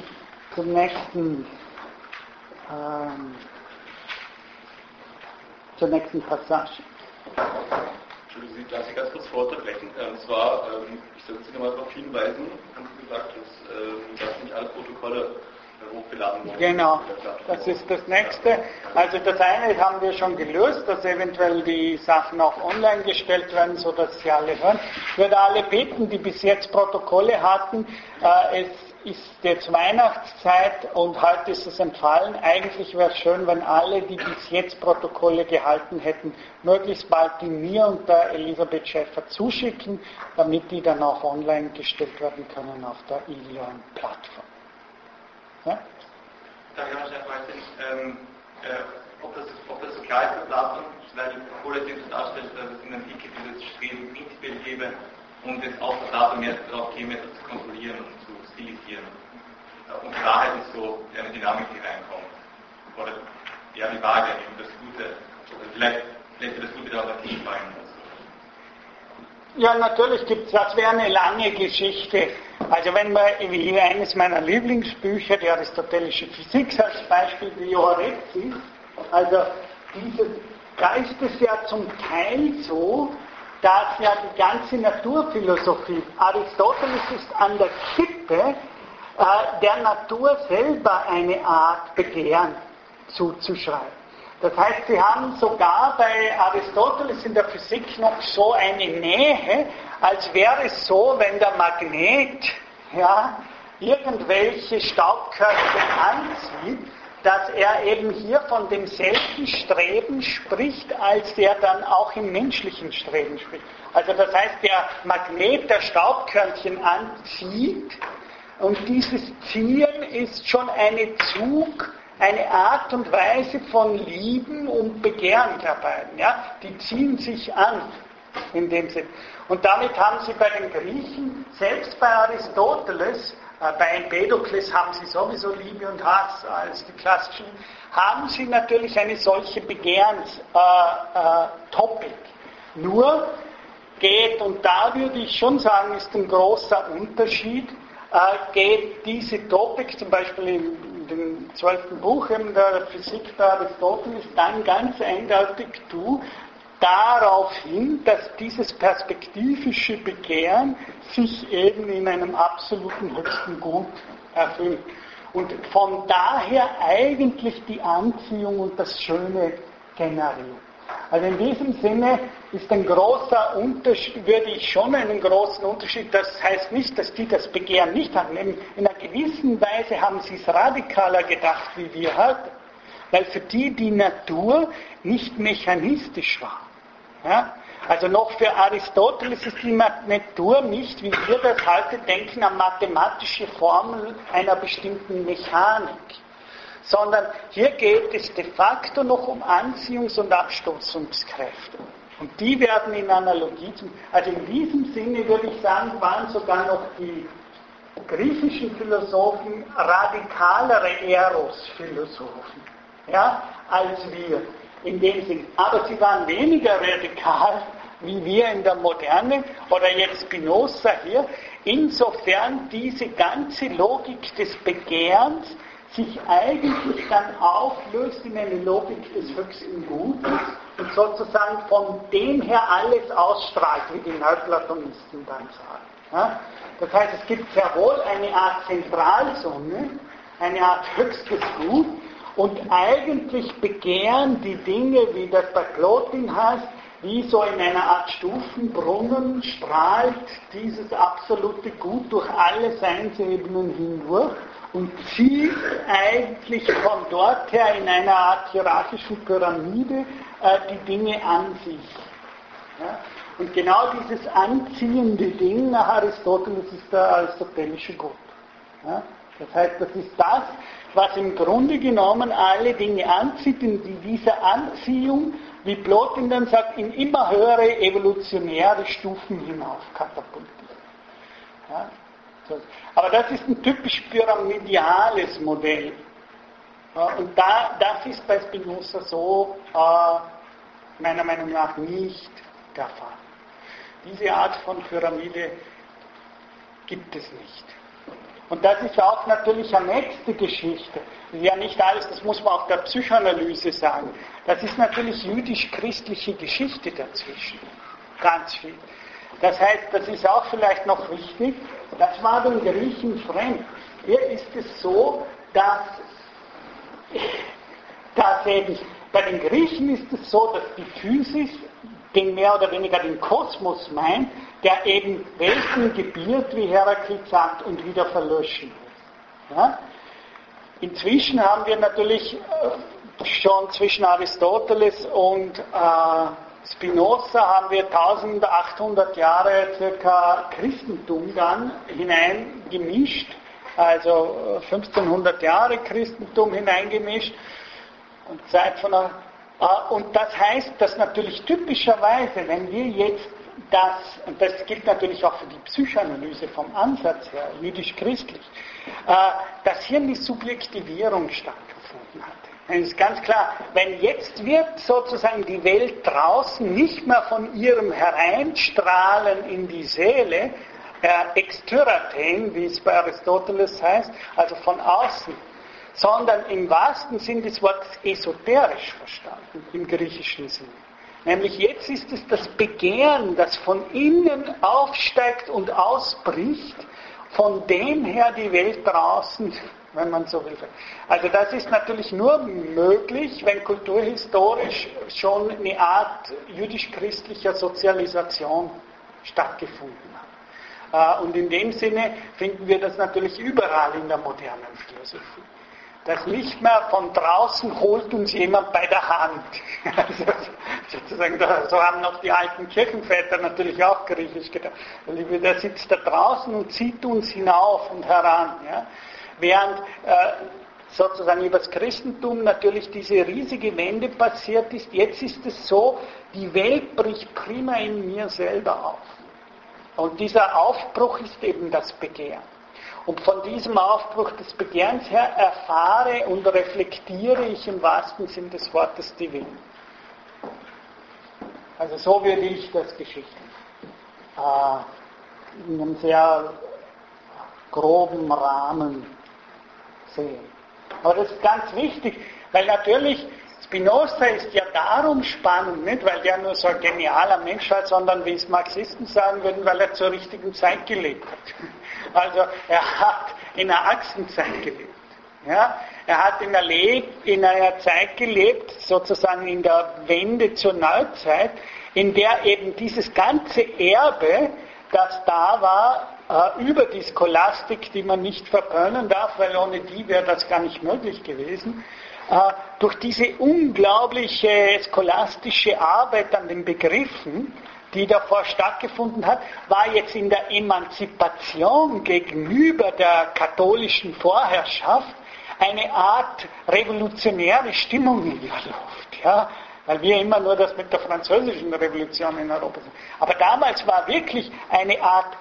[SPEAKER 1] Passage.
[SPEAKER 4] Entschuldigung, darf ich ganz kurz unterbrechen? Und zwar, ich sollte Sie nochmal darauf hinweisen, haben Sie gesagt, dass nicht alle Protokolle hochgeladen wurden.
[SPEAKER 1] Genau, das ist das Nächste. Also das eine haben wir schon gelöst, dass eventuell die Sachen auch online gestellt werden, sodass Sie alle hören. Ich würde alle bitten, die bis jetzt Protokolle hatten, es ist jetzt Weihnachtszeit und heute ist es entfallen. Eigentlich wäre es schön, wenn alle, die bis jetzt Protokolle gehalten hätten, möglichst bald die mir und der Elisabeth Schäfer zuschicken, damit die dann auch online gestellt werden können auf der eLearn-Plattform. Ja?
[SPEAKER 2] Danke, Herr Chef, weiß nicht, ob das so klar ist, dass Platon vielleicht die Protokolle darstellt, dass es in einem Wiki dieses Streben prinzipiell gäbe und es auch der Platon mehr darauf käme, das zu kontrollieren und zu stilisieren. Und Klarheit ist so eine Dynamik, die reinkommt. Oder ja, die Waage, eben das Gute. Oder vielleicht lässt das Gute da auf den Tisch fallen.
[SPEAKER 1] Ja, natürlich gibt es, das wäre eine lange Geschichte. Also wenn man, wie eines meiner Lieblingsbücher, die aristotelische Physik als Beispiel, die Joarezis, also da ist es ja zum Teil so, dass ja die ganze Naturphilosophie, Aristoteles ist an der Kippe, der Natur selber eine Art Begehren zuzuschreiben. Das heißt, Sie haben sogar bei Aristoteles in der Physik noch so eine Nähe, als wäre es so, wenn der Magnet irgendwelche Staubkörnchen anzieht, dass er eben hier von demselben Streben spricht, als er dann auch im menschlichen Streben spricht. Also das heißt, der Magnet der Staubkörnchen anzieht und dieses Ziehen ist schon eine Art und Weise von Lieben und Begehren der beiden. Ja? Die ziehen sich an in dem Sinn. Und damit haben Sie bei den Griechen, selbst bei Aristoteles, bei Empedokles haben Sie sowieso Liebe und Hass als die klassischen, haben Sie natürlich eine solche Begehrens-Topic. Nur geht, und da würde ich schon sagen, ist ein großer Unterschied, geht diese Topik, zum Beispiel in dem 12. Buch der Physik bei Aristoteles, dann ganz eindeutig darauf hin, dass dieses perspektivische Begehren sich eben in einem absoluten höchsten Gut erfüllt. Und von daher eigentlich die Anziehung und das Schöne generiert. Also in diesem Sinne ist ein großer Unterschied, würde ich schon einen großen Unterschied, das heißt nicht, dass die das Begehren nicht haben. In einer gewissen Weise haben sie es radikaler gedacht wie wir heute, weil für die Natur nicht mechanistisch war. Ja? Also noch für Aristoteles ist die Natur nicht, wie wir das heute denken, eine mathematische Formel einer bestimmten Mechanik, sondern hier geht es de facto noch um Anziehungs- und Abstoßungskräfte. Und die werden in Analogie also in diesem Sinne würde ich sagen, waren sogar noch die griechischen Philosophen radikalere Eros-Philosophen, ja, als wir in dem Sinn. Aber sie waren weniger radikal wie wir in der Moderne oder jetzt Spinoza hier, insofern diese ganze Logik des Begehrens sich eigentlich dann auflöst in eine Logik des höchsten Gutes und sozusagen von dem her alles ausstrahlt, wie die Neuplatonisten dann sagen. Ja? Das heißt, es gibt sehr wohl eine Art Zentralsonne, eine Art höchstes Gut, Und eigentlich begehren die Dinge, wie das bei Plotin heißt, wie so in einer Art Stufenbrunnen strahlt dieses absolute Gut durch alle Seinsebenen hindurch und zieht eigentlich von dort her in einer Art hierarchischen Pyramide die Dinge an sich. Ja? Und genau dieses anziehende Ding nach Aristoteles ist der aristotelische Gott. Ja? Das heißt, das ist das, was im Grunde genommen alle Dinge anzieht, in dieser Anziehung, wie Plotin dann sagt, in immer höhere evolutionäre Stufen hinauf katapultiert. Ja? Aber das ist ein typisch pyramidiales Modell. Und das ist bei Spinoza so meiner Meinung nach nicht der Fall. Diese Art von Pyramide gibt es nicht. Und das ist auch natürlich eine nächste Geschichte. Das ist ja nicht alles, das muss man auch der Psychoanalyse sagen. Das ist natürlich jüdisch-christliche Geschichte dazwischen. Ganz viel. Das heißt, das ist auch vielleicht noch wichtig, das war den Griechen fremd. Hier ist es so, dass eben bei den Griechen ist es so, dass die Physis den mehr oder weniger den Kosmos meint, der eben Welten gebiert, wie Heraklit sagt, und wieder verlöschen wird. Ja? Inzwischen haben wir natürlich schon zwischen Aristoteles und Spinoza haben wir 1800 Jahre circa Christentum dann hineingemischt, also 1500 Jahre Christentum hineingemischt und Zeit von einer. Und das heißt, dass natürlich typischerweise, wenn wir jetzt und das gilt natürlich auch für die Psychoanalyse vom Ansatz her, jüdisch-christlich, dass hier eine Subjektivierung stattgefunden hat. Es ist ganz klar, wenn jetzt wird sozusagen die Welt draußen nicht mehr von ihrem Hereinstrahlen in die Seele, extyratein, wie es bei Aristoteles heißt, also von außen, sondern im wahrsten Sinn des Wortes esoterisch verstanden, im griechischen Sinn. Nämlich jetzt ist es das Begehren, das von innen aufsteigt und ausbricht, von dem her die Welt draußen, wenn man so will. Also das ist natürlich nur möglich, wenn kulturhistorisch schon eine Art jüdisch-christlicher Sozialisation stattgefunden hat. Und in dem Sinne finden wir das natürlich überall in der modernen Philosophie. Das nicht mehr von draußen holt uns jemand bei der Hand. Also, sozusagen, so haben noch die alten Kirchenväter natürlich auch griechisch gedacht. Der sitzt da draußen und zieht uns hinauf und heran. Ja? Während sozusagen über das Christentum natürlich diese riesige Wende passiert ist. Jetzt ist es so, die Welt bricht prima in mir selber auf. Und dieser Aufbruch ist eben das Begehren. Und von diesem Aufbruch des Begehrens her erfahre und reflektiere ich im wahrsten Sinn des Wortes die Welt. Also so würde ich das geschichtlich in einem sehr groben Rahmen sehen. Aber das ist ganz wichtig, weil natürlich Spinoza ist ja darum spannend, nicht weil der nur so ein genialer Mensch war, sondern wie es Marxisten sagen würden, weil er zur richtigen Zeit gelebt hat. Also er hat in einer Achsenzeit gelebt. Ja? Er hat in einer Zeit gelebt, sozusagen in der Wende zur Neuzeit, in der eben dieses ganze Erbe, das da war, über die Scholastik, die man nicht verpönen darf, weil ohne die wäre das gar nicht möglich gewesen, durch diese unglaubliche scholastische Arbeit an den Begriffen, die davor stattgefunden hat, war jetzt in der Emanzipation gegenüber der katholischen Vorherrschaft eine Art revolutionäre Stimmung in der Luft. Ja? Weil wir immer nur das mit der französischen Revolution in Europa sind. Aber damals war wirklich eine Art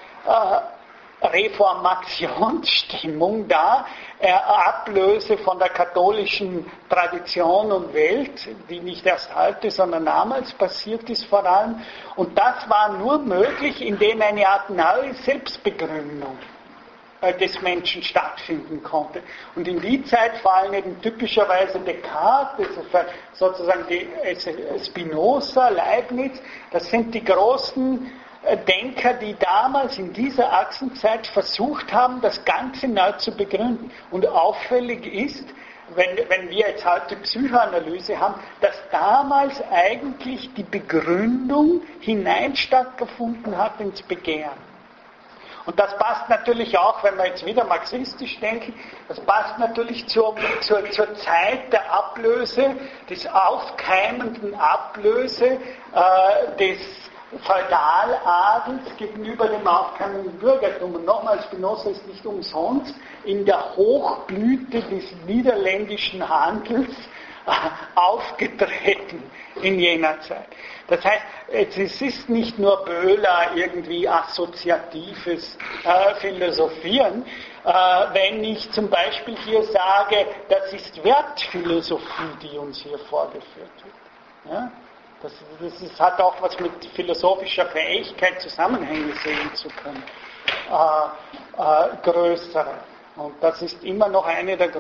[SPEAKER 1] Reformationsstimmung da, Ablöse von der katholischen Tradition und Welt, die nicht erst heute, sondern damals passiert ist vor allem. Und das war nur möglich, indem eine Art neue Selbstbegründung des Menschen stattfinden konnte. Und in die Zeit fallen eben typischerweise Descartes, sozusagen die Spinoza, Leibniz, das sind die großen Denker, die damals in dieser Achsenzeit versucht haben, das Ganze neu zu begründen. Und auffällig ist, wenn wir jetzt heute Psychoanalyse haben, dass damals eigentlich die Begründung hinein stattgefunden hat ins Begehren. Und das passt natürlich auch, wenn wir jetzt wieder marxistisch denken, das passt natürlich zur Zeit der Ablöse, des aufkeimenden Ablöse des Feudaladels gegenüber dem aufkeimenden Bürgertum. Und nochmal, Spinoza ist nicht umsonst in der Hochblüte des niederländischen Handels aufgetreten in jener Zeit. Das heißt, es ist nicht nur Böhler irgendwie assoziatives Philosophieren, wenn ich zum Beispiel hier sage, das ist Wertphilosophie, die uns hier vorgeführt wird. Ja? Das hat auch was mit philosophischer Fähigkeit, Zusammenhänge sehen zu können, größere. Und das ist immer noch eine der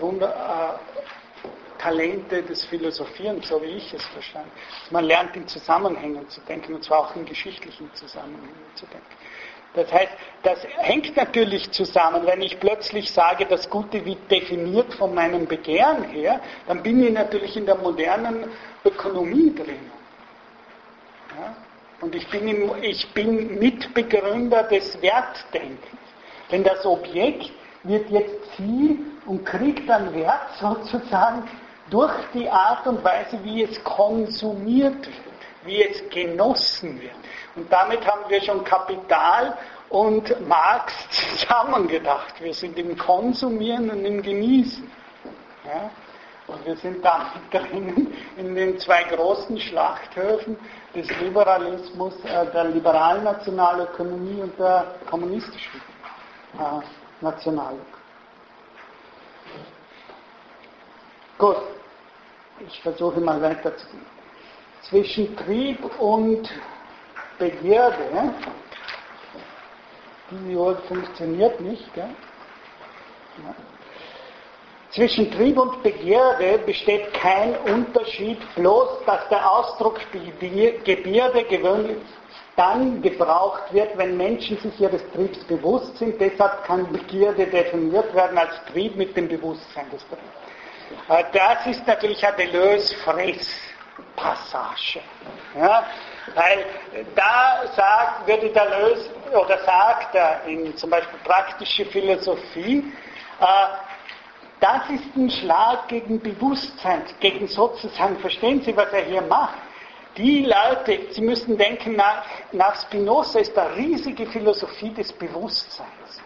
[SPEAKER 1] Talente des Philosophierens, so wie ich es verstanden habe. Man lernt in Zusammenhängen zu denken, und zwar auch in geschichtlichen Zusammenhängen zu denken. Das heißt, das hängt natürlich zusammen. Wenn ich plötzlich sage, das Gute wird definiert von meinem Begehren her, dann bin ich natürlich in der modernen Ökonomie drin. Ja? Und ich bin Mitbegründer des Wertdenkens. Denn das Objekt wird jetzt Ziel und kriegt dann Wert sozusagen durch die Art und Weise, wie es konsumiert wird, wie es genossen wird. Und damit haben wir schon Kapital und Marx zusammengedacht. Wir sind im Konsumieren und im Genießen. Ja? Und wir sind damit drinnen in den zwei großen Schlachthöfen des Liberalismus, der liberalen Nationalökonomie und der kommunistischen Nationalökonomie. Gut, ich versuche mal weiterzugehen. Zwischen Trieb und Begierde, die Uhr funktioniert nicht, gell? Ja. Zwischen Trieb und Begierde besteht kein Unterschied, bloß dass der Ausdruck Begierde gewöhnlich dann gebraucht wird, wenn Menschen sich ihres Triebs bewusst sind. Deshalb kann Begierde definiert werden als Trieb mit dem Bewusstsein des Triebs. Das ist natürlich eine Deleuze-Fress-Passage. Ja? Weil da sagt er in zum Beispiel praktische Philosophie, das ist ein Schlag gegen Bewusstsein, gegen sozusagen, verstehen Sie, was er hier macht? Die Leute, Sie müssen denken, nach Spinoza ist eine riesige Philosophie des Bewusstseins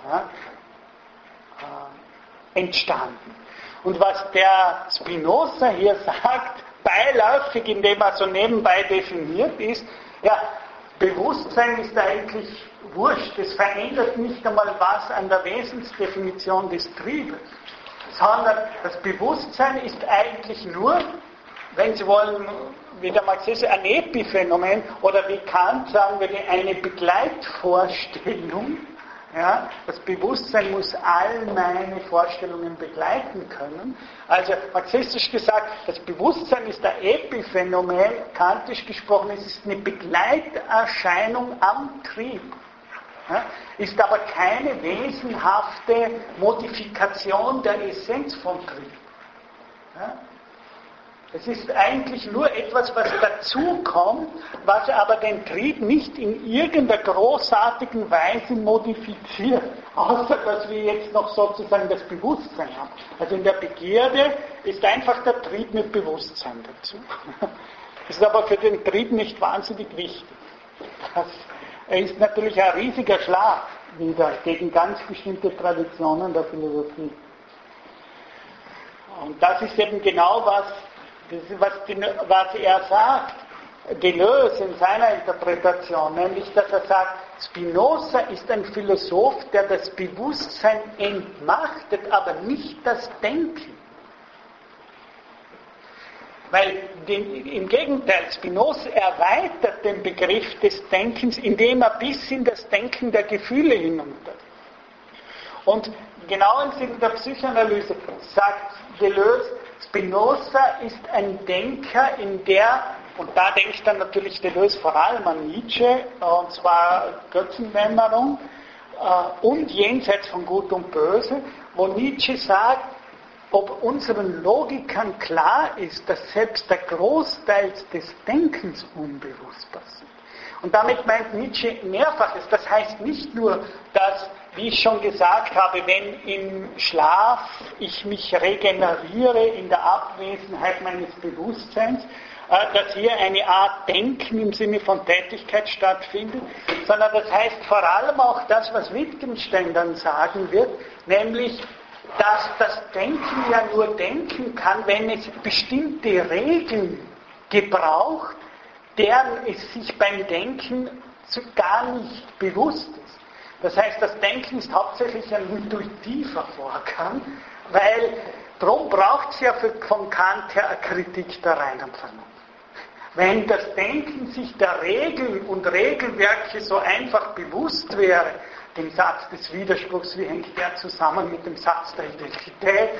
[SPEAKER 1] entstanden. Und was der Spinoza hier sagt, beiläufig, indem er so nebenbei definiert ist, ja, Bewusstsein ist eigentlich wurscht, es verändert nicht einmal was an der Wesensdefinition des Triebes, sondern das Bewusstsein ist eigentlich nur, wenn Sie wollen, wie der Marxist, ein Epiphänomen, oder wie Kant sagen würde, eine Begleitvorstellung. Ja, das Bewusstsein muss all meine Vorstellungen begleiten können. Also marxistisch gesagt, das Bewusstsein ist ein Epiphänomen, kantisch gesprochen, es ist eine Begleiterscheinung am Trieb. Ja, ist aber keine wesenhafte Modifikation der Essenz vom Trieb. Ja, es ist eigentlich nur etwas, was dazukommt, was aber den Trieb nicht in irgendeiner großartigen Weise modifiziert, außer dass wir jetzt noch sozusagen das Bewusstsein haben. Also in der Begierde ist einfach der Trieb mit Bewusstsein dazu. Das ist aber für den Trieb nicht wahnsinnig wichtig. Das ist natürlich ein riesiger Schlag wieder gegen ganz bestimmte Traditionen der Philosophie. Und das ist eben genau was er sagt, Deleuze in seiner Interpretation, nämlich, dass er sagt, Spinoza ist ein Philosoph, der das Bewusstsein entmachtet, aber nicht das Denken. Weil im Gegenteil, Spinoza erweitert den Begriff des Denkens, indem er bis in das Denken der Gefühle hinunter. Und genau im Sinne der Psychoanalyse sagt Deleuze, Spinoza ist ein Denker, und da denkt dann natürlich Deleuze vor allem an Nietzsche, und zwar Götzendämmerung und Jenseits von Gut und Böse, wo Nietzsche sagt, ob unseren Logikern klar ist, dass selbst der Großteil des Denkens unbewusst passiert. Und damit meint Nietzsche Mehrfaches. Das heißt nicht nur, dass, wie ich schon gesagt habe, wenn im Schlaf ich mich regeneriere in der Abwesenheit meines Bewusstseins, dass hier eine Art Denken im Sinne von Tätigkeit stattfindet, sondern das heißt vor allem auch das, was Wittgenstein dann sagen wird, nämlich, dass das Denken ja nur denken kann, wenn es bestimmte Regeln gebraucht, deren es sich beim Denken gar nicht bewusst ist. Das heißt, das Denken ist hauptsächlich ein intuitiver Vorgang, weil darum braucht es ja von Kant her eine Kritik der reinen Vernunft. Wenn das Denken sich der Regeln und Regelwerke so einfach bewusst wäre, dem Satz des Widerspruchs, wie hängt der zusammen mit dem Satz der Identität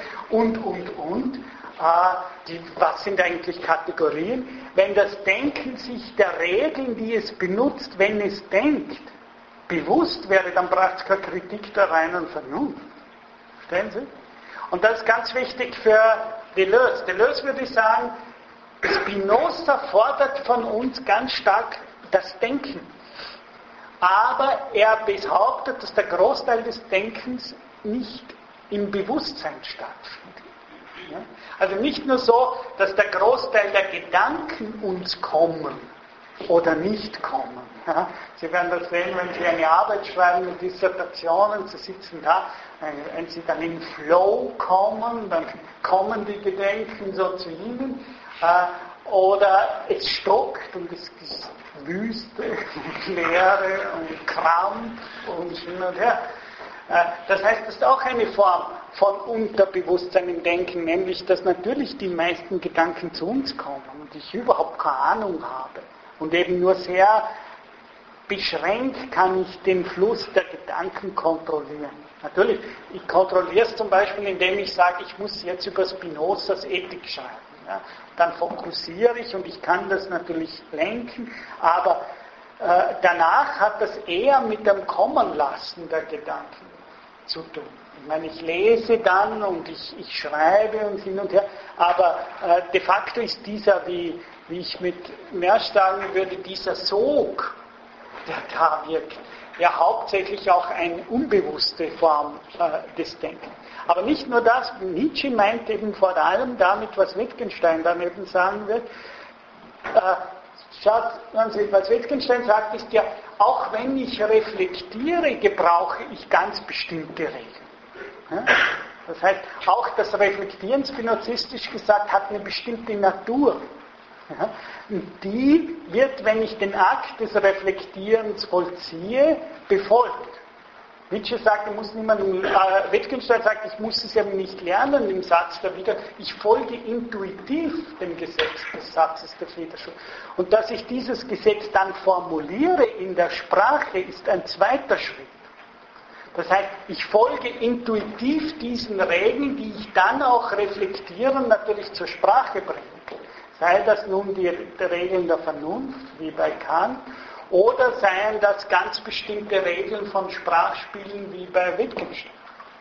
[SPEAKER 1] was sind eigentlich Kategorien? Wenn das Denken sich der Regeln, die es benutzt, wenn es denkt, bewusst wäre, dann braucht es keine Kritik der reinen Vernunft. Verstehen Sie? Und das ist ganz wichtig für Deleuze. Deleuze würde ich sagen, Spinoza fordert von uns ganz stark das Denken. Aber er behauptet, dass der Großteil des Denkens nicht im Bewusstsein stattfindet. Ja? Also nicht nur so, dass der Großteil der Gedanken uns kommen oder nicht kommen. Ja? Sie werden das sehen, wenn Sie eine Arbeit schreiben mit Dissertationen, Sie sitzen da, wenn Sie dann in Flow kommen, dann kommen die Gedanken so zu Ihnen, oder es stockt und es ist Wüste und Leere und Krampf und hin und her. Das heißt, das ist auch eine Form von Unterbewusstsein im Denken, nämlich, dass natürlich die meisten Gedanken zu uns kommen und ich überhaupt keine Ahnung habe. Und eben nur sehr beschränkt kann ich den Fluss der Gedanken kontrollieren. Natürlich, ich kontrolliere es zum Beispiel, indem ich sage, ich muss jetzt über Spinozas Ethik schreiben. Ja. Dann fokussiere ich und ich kann das natürlich lenken, aber danach hat das eher mit dem Kommenlassen der Gedanken zu tun. Ich meine, ich lese dann und ich schreibe und hin und her, aber de facto ist dieser, wie ich mit Mersch sagen würde, dieser Sog, der da wirkt, ja hauptsächlich auch eine unbewusste Form des Denkens. Aber nicht nur das, Nietzsche meint eben vor allem damit, was Wittgenstein dann eben sagen wird. Was Wittgenstein sagt, ist ja, auch wenn ich reflektiere, gebrauche ich ganz bestimmte Regeln. Ja? Das heißt, auch das Reflektieren, spinozistisch gesagt, hat eine bestimmte Natur. Ja? Und die wird, wenn ich den Akt des Reflektierens vollziehe, befolgt. Nietzsche sagt, Wittgenstein sagt, ich muss es eben nicht lernen im Satz der Widerspruch. Ich folge intuitiv dem Gesetz des Satzes des Widerspruchs. Und dass ich dieses Gesetz dann formuliere in der Sprache, ist ein zweiter Schritt. Das heißt, ich folge intuitiv diesen Regeln, die ich dann auch reflektieren natürlich zur Sprache bringe. Sei das nun die Regeln der Vernunft, wie bei Kant, oder seien das ganz bestimmte Regeln von Sprachspielen wie bei Wittgenstein.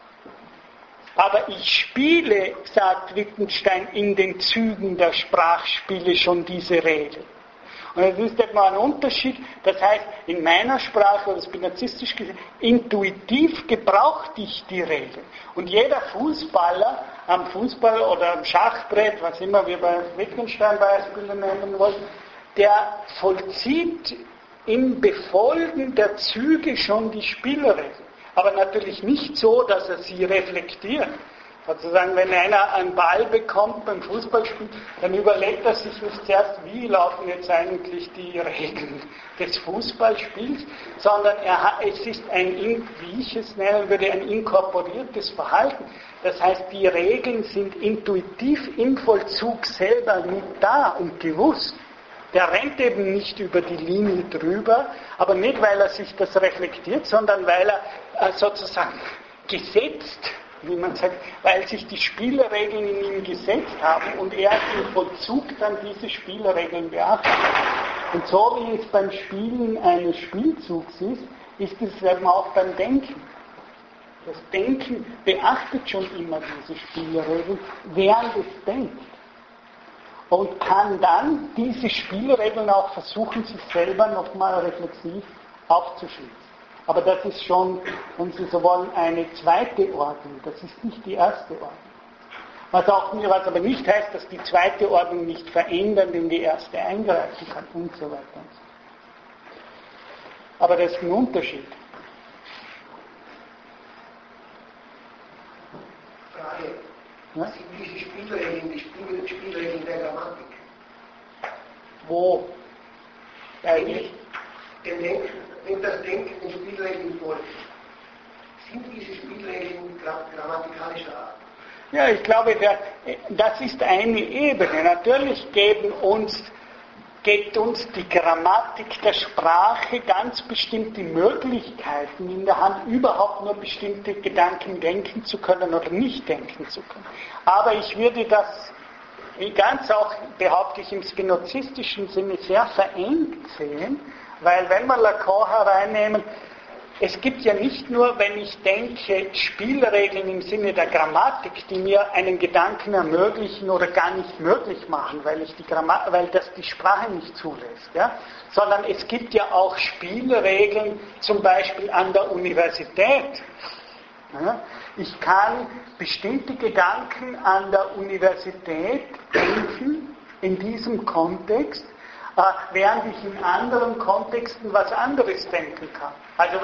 [SPEAKER 1] Aber ich spiele, sagt Wittgenstein, in den Zügen der Sprachspiele schon diese Regeln. Und es ist eben ein Unterschied, das heißt, in meiner Sprache, oder spinozistisch gesehen, intuitiv gebrauchte ich die Regeln. Und jeder Fußballer am Fußball oder am Schachbrett, was immer wir bei Wittgenstein Beispiele nennen wollen, der vollzieht im Befolgen der Züge schon die Spielregeln. Aber natürlich nicht so, dass er sie reflektiert. Sozusagen, wenn einer einen Ball bekommt beim Fußballspiel, dann überlegt er sich nicht zuerst, wie laufen jetzt eigentlich die Regeln des Fußballspiels, sondern es ist wie ich es nennen würde, ein inkorporiertes Verhalten. Das heißt, die Regeln sind intuitiv im Vollzug selber mit da und gewusst. Der rennt eben nicht über die Linie drüber, aber nicht, weil er sich das reflektiert, sondern weil er sozusagen gesetzt, wie man sagt, weil sich die Spielregeln in ihm gesetzt haben und er im Vollzug dann diese Spielregeln beachtet. Und so wie es beim Spielen eines Spielzugs ist es eben auch beim Denken. Das Denken beachtet schon immer diese Spielregeln, während es denkt. Und kann dann diese Spielregeln auch versuchen, sich selber nochmal reflexiv aufzuschließen. Aber das ist schon, wenn Sie so wollen, eine zweite Ordnung. Das ist nicht die erste Ordnung. Was aber nicht heißt, dass die zweite Ordnung nicht verändern, in die erste eingreifen kann und so weiter und so. Aber das ist ein Unterschied.
[SPEAKER 3] Frage.
[SPEAKER 1] Ja?
[SPEAKER 3] Sind diese Spielregeln die Spielregeln der Grammatik?
[SPEAKER 1] Wo?
[SPEAKER 3] Wenn das Denken den Spielregeln folgt, sind diese Spielregeln grammatikalischer Art?
[SPEAKER 1] Ja, ich glaube, das ist eine Ebene. Natürlich geht uns die Grammatik der Sprache ganz bestimmte Möglichkeiten in der Hand, überhaupt nur bestimmte Gedanken denken zu können oder nicht denken zu können. Aber ich würde das ganz auch, behaupte ich, im spinozistischen Sinne sehr verengt sehen, weil wenn wir Lacan hereinnehmen, es gibt ja nicht nur, wenn ich denke, Spielregeln im Sinne der Grammatik, die mir einen Gedanken ermöglichen oder gar nicht möglich machen, weil das die Sprache nicht zulässt, ja? Sondern es gibt ja auch Spielregeln, zum Beispiel an der Universität. Ja? Ich kann bestimmte Gedanken an der Universität denken, in diesem Kontext, während ich in anderen Kontexten was anderes denken kann. Also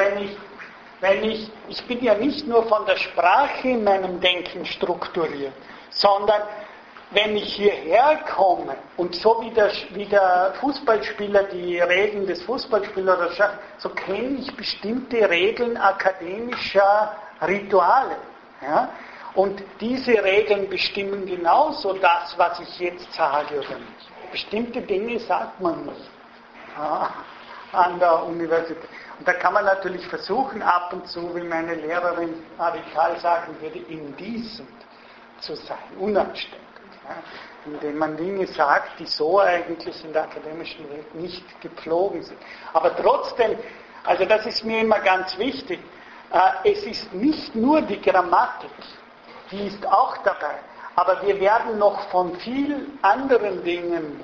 [SPEAKER 1] ich bin ja nicht nur von der Sprache in meinem Denken strukturiert, sondern wenn ich hierher komme und so wie der Fußballspieler die Regeln des Fußballspielers schafft, so kenne ich bestimmte Regeln akademischer Rituale. Ja? Und diese Regeln bestimmen genauso das, was ich jetzt sage oder nicht. Bestimmte Dinge sagt man nicht an der Universität. Und da kann man natürlich versuchen, ab und zu, wie meine Lehrerin radikal sagen würde, indecent zu sein, unanständig. Ja, indem man Dinge sagt, die so eigentlich in der akademischen Welt nicht gepflogen sind. Aber trotzdem, also das ist mir immer ganz wichtig, es ist nicht nur die Grammatik, die ist auch dabei. Aber wir werden noch von vielen anderen Dingen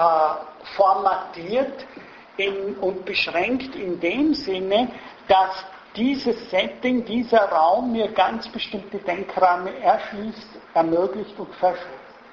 [SPEAKER 1] formatiert und beschränkt in dem Sinne, dass dieses Setting, dieser Raum mir ganz bestimmte Denkräume erschließt, ermöglicht und verschließt.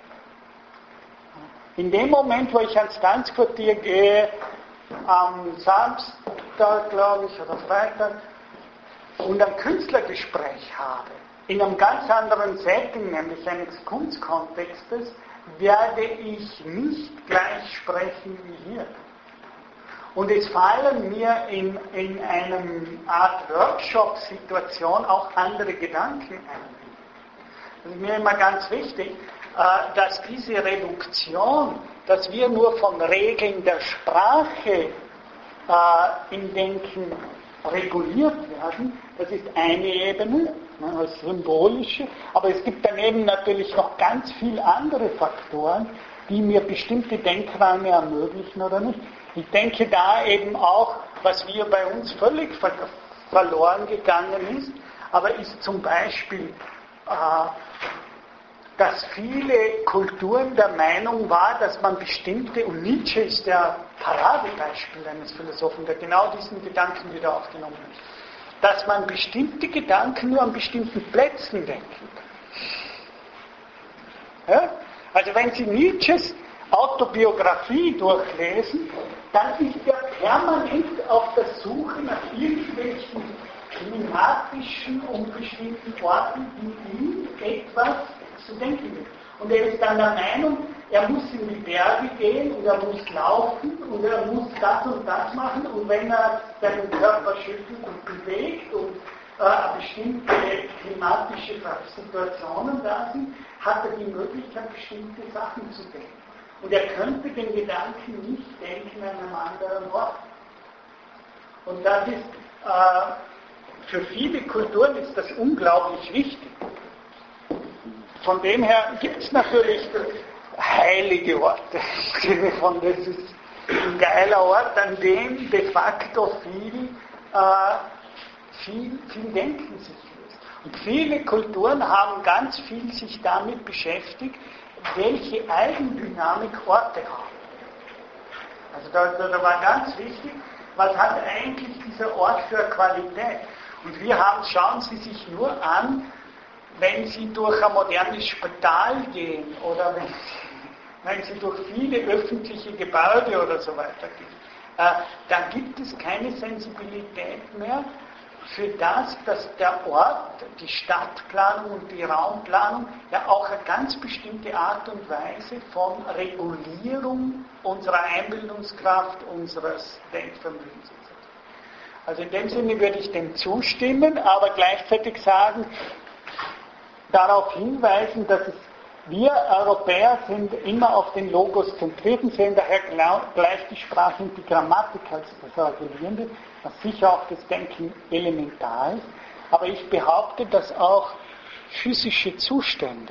[SPEAKER 1] In dem Moment, wo ich ans Tanzquartier gehe, am Samstag, glaube ich, oder Freitag, und ein Künstlergespräch habe, in einem ganz anderen Setting, nämlich eines Kunstkontextes, werde ich nicht gleich sprechen wie hier. Und es fallen mir in einem Art Workshop-Situation auch andere Gedanken ein. Das ist mir immer ganz wichtig, dass diese Reduktion, dass wir nur von Regeln der Sprache im Denken reguliert werden, das ist eine Ebene, als symbolische, aber es gibt daneben natürlich noch ganz viele andere Faktoren, die mir bestimmte Denkräume ermöglichen oder nicht. Ich denke da eben auch, was wir bei uns völlig verloren gegangen ist, aber ist zum Beispiel, dass viele Kulturen der Meinung war, dass man bestimmte, und Nietzsche ist der Paradebeispiel eines Philosophen, der genau diesen Gedanken wieder aufgenommen hat, dass man bestimmte Gedanken nur an bestimmten Plätzen denken kann. Ja? Also wenn Sie Nietzsches Autobiografie durchlesen, dann ist er permanent auf der Suche nach irgendwelchen klimatischen und bestimmten Orten, die ihm etwas zu denken gibt. Und er ist dann der Meinung, er muss in die Berge gehen und er muss laufen und er muss das und das machen, und wenn er seinen Körper schüttelt und bewegt und bestimmte klimatische Situationen da sind, hat er die Möglichkeit, bestimmte Sachen zu denken. Und er könnte den Gedanken nicht denken an einem anderen Ort. Und das ist, für viele Kulturen ist das unglaublich wichtig. Von dem her gibt es natürlich heilige Orte, im Sinne von, das ist ein geiler Ort, an dem de facto viel Denken sich löst. Und viele Kulturen haben ganz viel sich damit beschäftigt, welche Eigendynamik Orte haben. Also da war ganz wichtig, was hat eigentlich dieser Ort für eine Qualität? Und schauen Sie sich nur an, wenn Sie durch ein modernes Spital gehen oder wenn Sie durch viele öffentliche Gebäude oder so weiter gehen, dann gibt es keine Sensibilität mehr für das, dass der Ort, die Stadtplanung und die Raumplanung ja auch eine ganz bestimmte Art und Weise von Regulierung unserer Einbildungskraft, unseres Denkvermögens ist. Also in dem Sinne würde ich dem zustimmen, aber gleichzeitig sagen, darauf hinweisen, dass wir Europäer sind immer auf den Logos zentriert und sehen daher gleich die Sprache und die Grammatik als das Regulierende, was sicher auch das Denken elementar ist. Aber ich behaupte, dass auch physische Zustände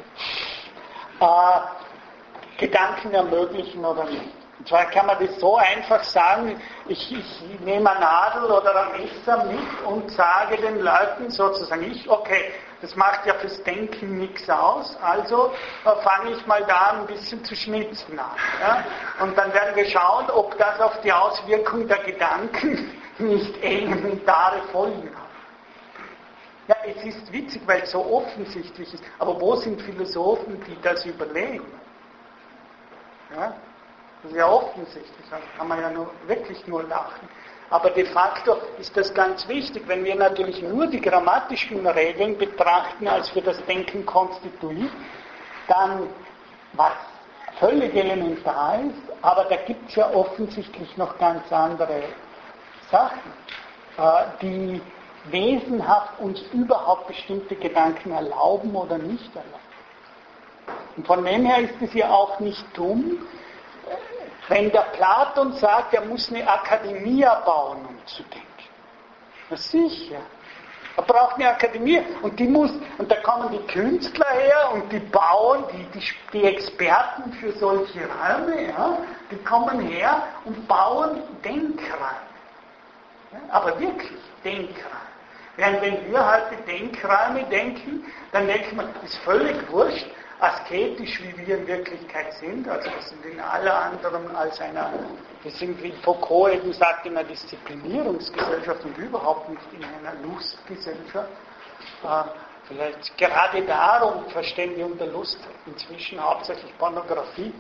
[SPEAKER 1] Gedanken ermöglichen oder nicht. Und zwar kann man das so einfach sagen, ich nehme eine Nadel oder ein Messer mit und sage den Leuten sozusagen, okay, das macht ja fürs Denken nichts aus, also fange ich mal da ein bisschen zu schnitzen an. Ja? Und dann werden wir schauen, ob das auf die Auswirkung der Gedanken nicht elementare Folgen hat. Ja, es ist witzig, weil es so offensichtlich ist, aber wo sind Philosophen, die das überlegen? Ja? Das ist ja offensichtlich, da kann man ja wirklich nur lachen. Aber de facto ist das ganz wichtig, wenn wir natürlich nur die grammatischen Regeln betrachten, als für das Denken konstituiert, dann was völlig elementar ist, aber da gibt es ja offensichtlich noch ganz andere Sachen, die wesenhaft uns überhaupt bestimmte Gedanken erlauben oder nicht erlauben. Und von dem her ist es ja auch nicht dumm, wenn der Platon sagt, er muss eine Akademie bauen, um zu denken. Na sicher. Er braucht eine Akademie und und da kommen die Künstler her und die bauen, die Experten für solche Räume, ja, die kommen her und bauen Denkräume. Ja, aber wirklich Denkräume. Während wenn wir heute Denkräume denken, dann denkt man, das ist völlig wurscht, asketisch, wie wir in Wirklichkeit sind, also wir sind in aller anderen als wir sind, wie Foucault eben sagt, in einer Disziplinierungsgesellschaft und überhaupt nicht in einer Lustgesellschaft. Vielleicht gerade darum verstehen wir unter Lust inzwischen hauptsächlich Pornografie,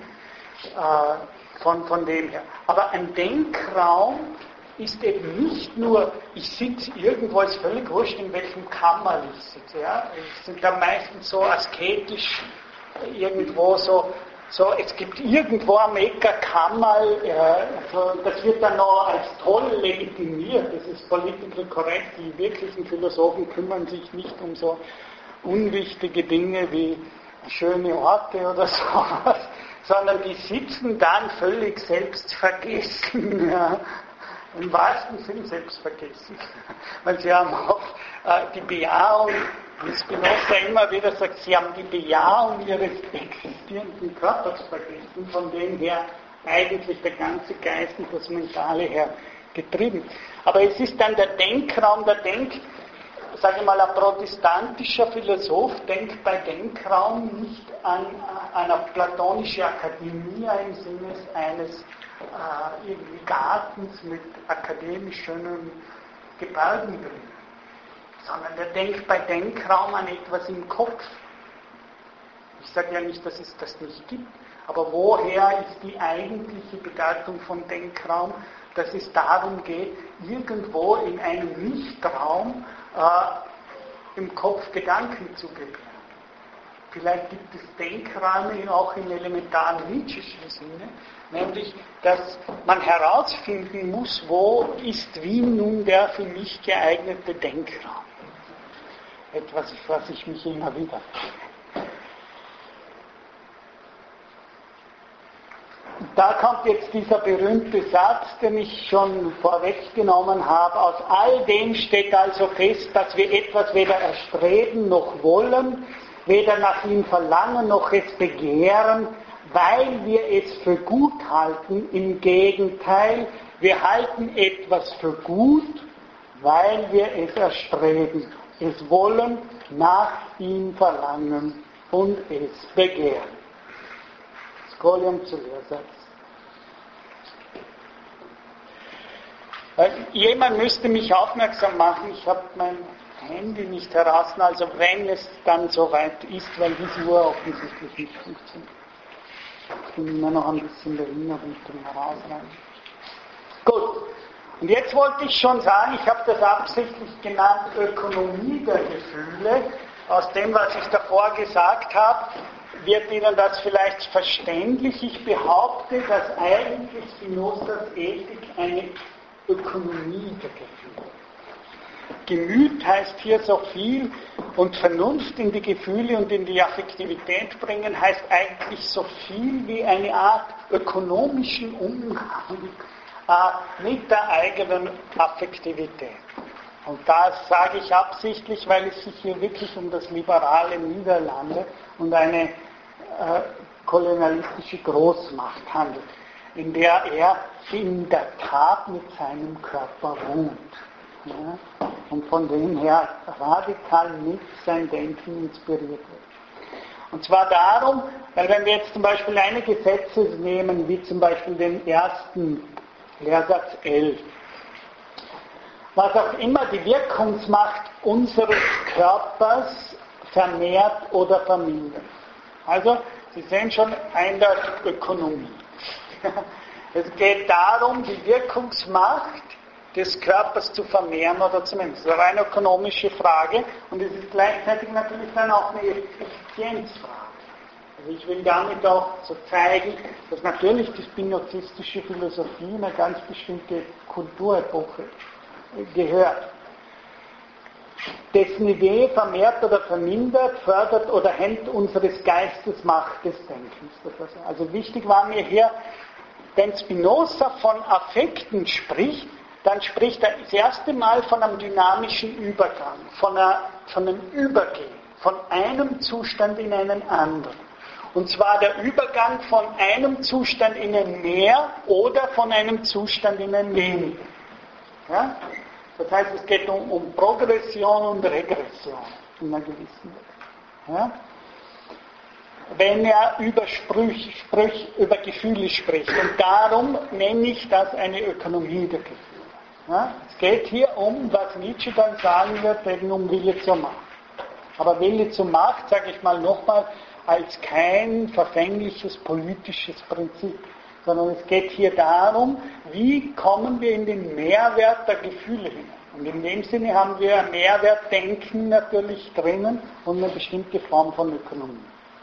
[SPEAKER 1] von dem her. Aber ein Denkraum ist eben nicht nur, ich sitze irgendwo, ist völlig wurscht, in welchem Kammer ich sitze. Ja? Es sind da meistens so asketisch irgendwo es gibt irgendwo am Ecker Kammerl, das wird dann noch als toll legitimiert, das ist political correct, die wirklichen Philosophen kümmern sich nicht um so unwichtige Dinge wie schöne Orte oder sowas, sondern die sitzen dann völlig selbstvergessen, ja. Im wahrsten Sinn selbstvergessen. Weil sie haben auch die Bejahung, wie Spinoza immer wieder sagt, sie haben die Bejahung ihres existierenden Körpers vergessen, von dem her eigentlich der ganze Geist und das Mentale her getrieben. Aber es ist dann der Denkraum, sage ich mal, ein protestantischer Philosoph denkt bei Denkraum nicht an eine platonische Akademie im Sinne eines irgendwie Gartens mit akademisch schönen Gebäuden drin, sondern der denkt bei Denkraum an etwas im Kopf. Ich sage ja nicht, dass es das nicht gibt, aber woher ist die eigentliche Bedeutung von Denkraum, dass es darum geht, irgendwo in einem Nichtraum im Kopf Gedanken zu gebären. Vielleicht gibt es Denkräume auch im elementaren Nietzscheschen Sinne, nämlich, dass man herausfinden muss, wo ist Wien nun der für mich geeignete Denkraum. Etwas, was ich mich immer wieder frage. Da kommt jetzt dieser berühmte Satz, den ich schon vorweggenommen habe. Aus all dem steht also fest, dass wir etwas weder erstreben noch wollen, weder nach ihm verlangen noch es begehren, weil wir es für gut halten. Im Gegenteil, wir halten etwas für gut, weil wir es erstreben. es wollen, nach ihm verlangen und es begehren. Scholium zu Lehrsatz. Jemand müsste mich aufmerksam machen, ich habe mein Handy nicht heraus, also wenn es dann soweit ist, weil diese Uhr offensichtlich nicht funktioniert. Ich bin immer noch ein bisschen Erinnerung zum Herausrennen. Gut, und jetzt wollte ich schon sagen, ich habe das absichtlich genannt, Ökonomie der Gefühle. Aus dem, was ich davor gesagt habe, wird Ihnen das vielleicht verständlich. Ich behaupte, dass eigentlich Spinozas Ethik eine Ökonomie der Gefühle. Gemüt heißt hier so viel und Vernunft in die Gefühle und in die Affektivität bringen heißt eigentlich so viel wie eine Art ökonomischen Umgang mit der eigenen Affektivität. Und das sage ich absichtlich, weil es sich hier wirklich um das liberale Niederlande und eine kolonialistische Großmacht handelt, in der er in der Tat mit seinem Körper ruht. Ja, und von dem her radikal mit sein Denken inspiriert wird. Und zwar darum, weil wenn wir jetzt zum Beispiel einige Sätze nehmen, wie zum Beispiel den ersten Lehrsatz 11, was auch immer die Wirkungsmacht unseres Körpers vermehrt oder vermindert. Also, Sie sehen schon eindeutig Ökonomie. Es geht darum, die Wirkungsmacht des Körpers zu vermehren oder zu mindern. Das ist eine rein ökonomische Frage und es ist gleichzeitig natürlich dann auch eine Effizienzfrage. Also ich will damit auch so zeigen, dass natürlich die spinozistische Philosophie in eine ganz bestimmte Kulturepoche gehört. Dessen Idee vermehrt oder vermindert, fördert oder hemmt unseres Geistes Macht des Denkens. Also wichtig war mir hier, wenn Spinoza von Affekten spricht, dann spricht er das erste Mal von einem dynamischen Übergang, von einem Übergehen, von einem Zustand in einen anderen. Und zwar der Übergang von einem Zustand in ein mehr oder von einem Zustand in ein weniger. Ja? Das heißt, es geht um Progression und Regression in einer gewissen Weise. Ja? Wenn er über Gefühle spricht. Und darum nenne ich das eine Ökonomie der Gefühle. Ja? Es geht hier um, was Nietzsche dann sagen wird, eben um Wille zur Macht. Aber Wille zur Macht, sage ich mal nochmal, als kein verfängliches politisches Prinzip, sondern es geht hier darum, wie kommen wir in den Mehrwert der Gefühle hinein. Und in dem Sinne haben wir Mehrwertdenken natürlich drinnen und eine bestimmte Form von Ökonomie.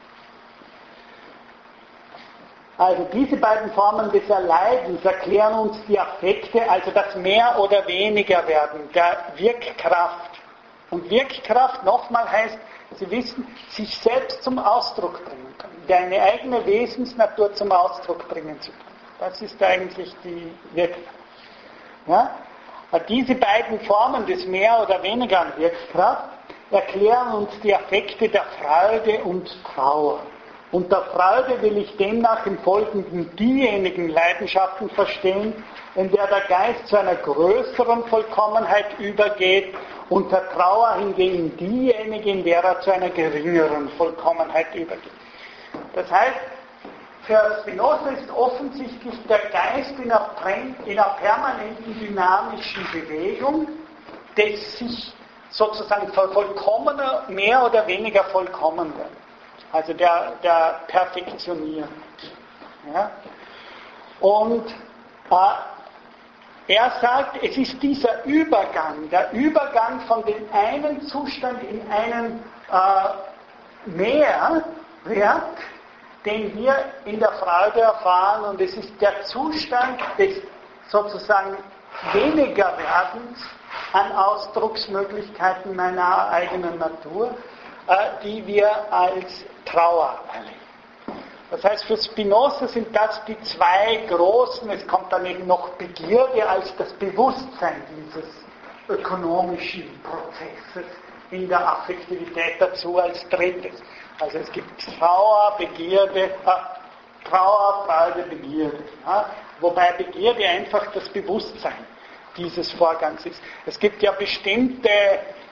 [SPEAKER 1] Also diese beiden Formen des Erleidens erklären uns die Affekte, also das Mehr- oder Weniger-Werden der Wirkkraft. Und Wirkkraft, nochmal, heißt, Sie wissen, sich selbst zum Ausdruck bringen können, deine eigene Wesensnatur zum Ausdruck bringen zu können. Das ist eigentlich die Wirkkraft. Ja? Diese beiden Formen des Mehr oder Weniger an Wirkkraft erklären uns die Affekte der Freude und Trauer. Unter Freude will ich demnach im Folgenden diejenigen Leidenschaften verstehen, in der der Geist zu einer größeren Vollkommenheit übergeht, unter Trauer hingegen diejenige, in der er zu einer geringeren Vollkommenheit übergeht. Das heißt, für Spinoza ist offensichtlich der Geist in einer permanenten dynamischen Bewegung, des sich sozusagen vollkommener, mehr oder weniger vollkommen wird. Also der Perfektionierung. Ja? Und er sagt, es ist dieser Übergang, der Übergang von dem einen Zustand in einen Mehrwert, den wir in der Freude erfahren, und es ist der Zustand des sozusagen Wenigerwerdens an Ausdrucksmöglichkeiten meiner eigenen Natur, die wir als Trauer erleben. Das heißt, für Spinoza sind das die zwei großen, es kommt dann eben noch Begierde als das Bewusstsein dieses ökonomischen Prozesses in der Affektivität dazu als drittes. Also es gibt Trauer, Begierde, Trauer, Freude, Begierde. Ja? Wobei Begierde einfach das Bewusstsein dieses Vorgangs ist. Es gibt ja bestimmte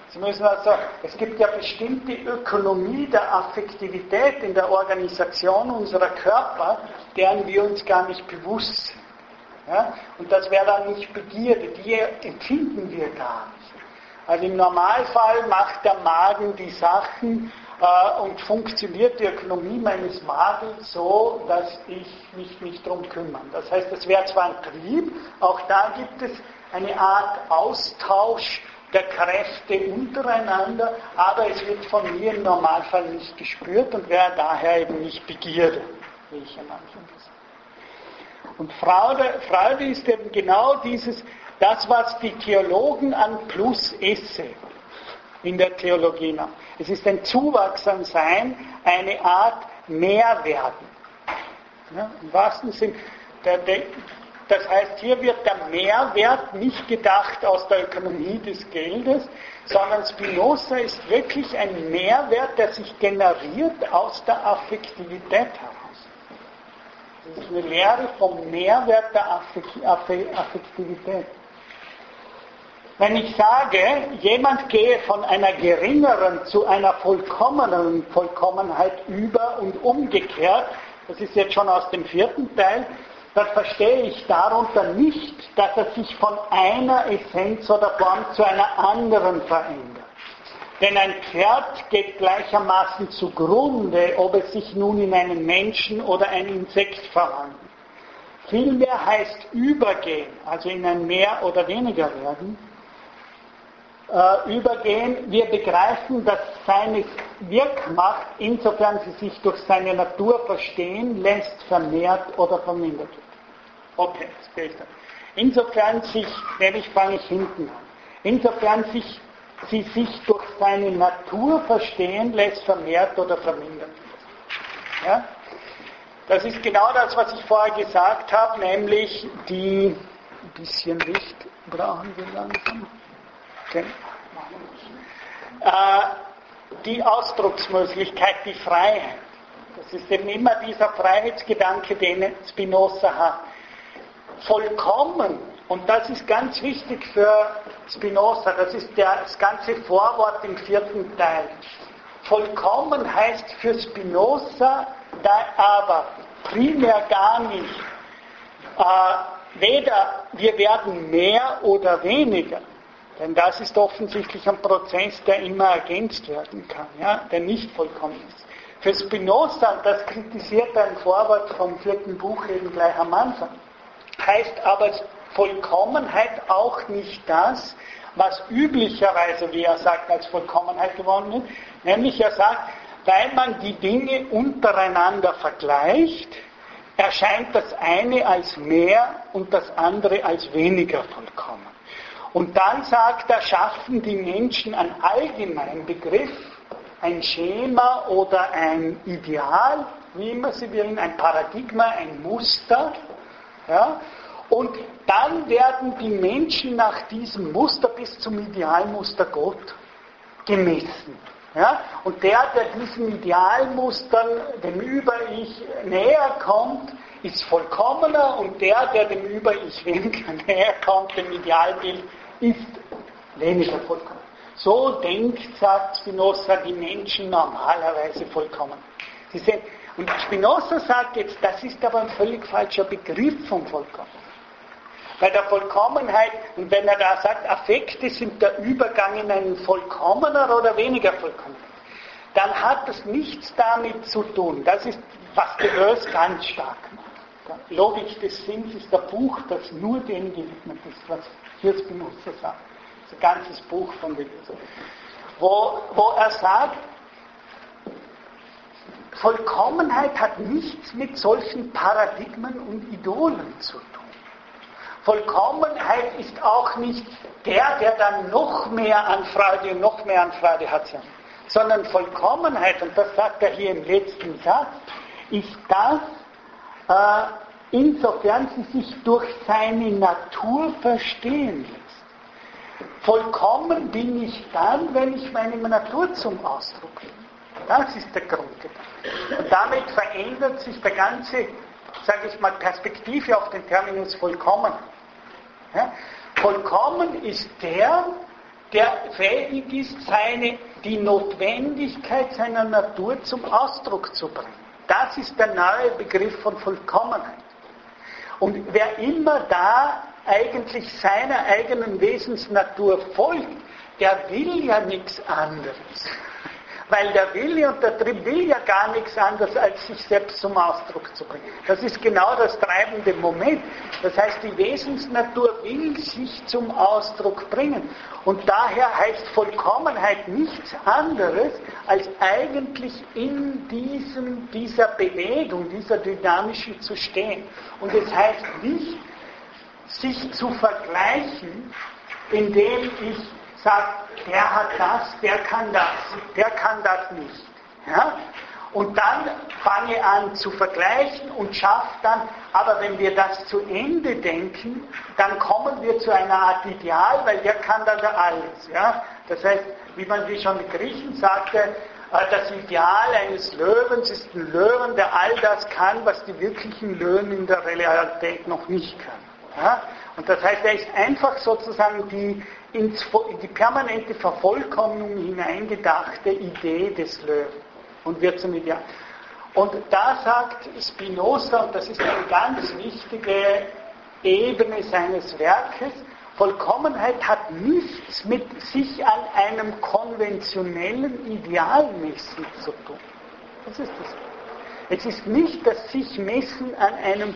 [SPEAKER 1] Sie müssen also, es gibt ja bestimmte Ökonomie der Affektivität in der Organisation unserer Körper, deren wir uns gar nicht bewusst sind. Ja? Und das wäre dann nicht Begierde, die empfinden wir gar nicht. Also im Normalfall macht der Magen die Sachen und funktioniert die Ökonomie meines Magens so, dass ich mich nicht darum kümmere. Das heißt, es wäre zwar ein Trieb, auch da gibt es eine Art Austausch der Kräfte untereinander, aber es wird von mir im Normalfall nicht gespürt und wäre daher eben nicht Begierde, wie ich am Anfang gesagt habe. Und Freude ist eben genau das, was die Theologen an Plus esse in der Theologie machen. Es ist ein Zuwachs an Sein, eine Art Mehrwerden. Ja, im wahrsten Sinn. Das heißt, hier wird der Mehrwert nicht gedacht aus der Ökonomie des Geldes, sondern Spinoza ist wirklich ein Mehrwert, der sich generiert aus der Affektivität heraus. Das ist eine Lehre vom Mehrwert der Affektivität. Wenn ich sage, jemand gehe von einer geringeren zu einer vollkommeneren Vollkommenheit über und umgekehrt, das ist jetzt schon aus dem 4. Teil, dann verstehe ich darunter nicht, dass er sich von einer Essenz oder Form zu einer anderen verändert. Denn ein Pferd geht gleichermaßen zugrunde, ob es sich nun in einen Menschen oder ein Insekt verwandelt. Vielmehr heißt übergehen, also in ein mehr oder weniger werden, übergehen, wir begreifen, dass seine Wirkmacht, insofern sie sich durch seine Natur verstehen lässt, vermehrt oder vermindert wird. Okay, später. Insofern fange ich hinten an. Insofern sie sich durch seine Natur verstehen lässt, vermehrt oder vermindert wird. Ja? Das ist genau das, was ich vorher gesagt habe, nämlich ein bisschen Licht brauchen wir langsam. Die Ausdrucksmöglichkeit, die Freiheit. Das ist eben immer dieser Freiheitsgedanke, den Spinoza hat. Vollkommen, und das ist ganz wichtig für Spinoza, das ist das ganze Vorwort im 4. Teil. Vollkommen heißt für Spinoza aber primär gar nicht, weder wir werden mehr oder weniger, denn das ist offensichtlich ein Prozess, der immer ergänzt werden kann, ja, der nicht vollkommen ist. Für Spinoza, das kritisiert ein Vorwort vom 4. Buch eben gleich am Anfang, heißt aber Vollkommenheit auch nicht das, was üblicherweise, wie er sagt, als Vollkommenheit gewonnen wird, nämlich er sagt, weil man die Dinge untereinander vergleicht, erscheint das eine als mehr und das andere als weniger vollkommen. Und dann sagt er, schaffen die Menschen einen allgemeinen Begriff, ein Schema oder ein Ideal, wie immer sie wollen, ein Paradigma, ein Muster. Ja? Und dann werden die Menschen nach diesem Muster bis zum Idealmuster Gott gemessen. Ja? Und der diesen Idealmustern, dem Über-Ich näher kommt, ist vollkommener, und der dem Über-Ich weniger näher kommt, dem Idealbild, ist weniger vollkommen. So denkt, sagt Spinoza, die Menschen normalerweise vollkommen. Sie sehen, und Spinoza sagt jetzt, das ist aber ein völlig falscher Begriff von Vollkommenheit. Bei der Vollkommenheit, und wenn er da sagt, Affekte sind der Übergang in einen vollkommener oder weniger vollkommen, dann hat das nichts damit zu tun. Das ist, was Deleuze ganz stark macht. Logik des Sinns ist ein Buch, das nur dem gewidmet ist, was hier Spinoza sagt. Das ist ein ganzes Buch von Deleuze. Wo er sagt, Vollkommenheit hat nichts mit solchen Paradigmen und Idolen zu tun. Vollkommenheit ist auch nicht der dann noch mehr an Freude und noch mehr an Freude hat, sondern Vollkommenheit, und das sagt er hier im letzten Satz, ist das, insofern sie sich durch seine Natur verstehen lässt. Vollkommen bin ich dann, wenn ich meine Natur zum Ausdruck bringe. Das ist der Grundgedanke. Und damit verändert sich der ganze, sage ich mal, Perspektive auf den Terminus vollkommen. Ja? Vollkommen ist der, der fähig ist, die Notwendigkeit seiner Natur zum Ausdruck zu bringen. Das ist der neue Begriff von Vollkommenheit. Und wer immer da eigentlich seiner eigenen Wesensnatur folgt, der will ja nichts anderes. Weil der Wille und der Trieb will ja gar nichts anderes, als sich selbst zum Ausdruck zu bringen. Das ist genau das treibende Moment. Das heißt, die Wesensnatur will sich zum Ausdruck bringen. Und daher heißt Vollkommenheit nichts anderes, als eigentlich in dieser Bewegung, dieser dynamischen zu stehen. Und es heißt nicht, sich zu vergleichen, indem ich sage, der hat das, der kann das nicht. Ja? Und dann fange an zu vergleichen und schaffe dann, aber wenn wir das zu Ende denken, dann kommen wir zu einer Art Ideal, weil der kann dann alles. Ja? Das heißt, wie schon die Griechen sagte, das Ideal eines Löwens ist ein Löwen, der all das kann, was die wirklichen Löwen in der Realität noch nicht können. Ja? Und das heißt, er ist einfach sozusagen in die permanente Vervollkommnung hineingedachte Idee des Löwen und wird zum Ideal. Und da sagt Spinoza, und das ist eine ganz wichtige Ebene seines Werkes, Vollkommenheit hat nichts mit sich an einem konventionellen Ideal messen zu tun. Was ist das? Es ist nicht das sich messen an einem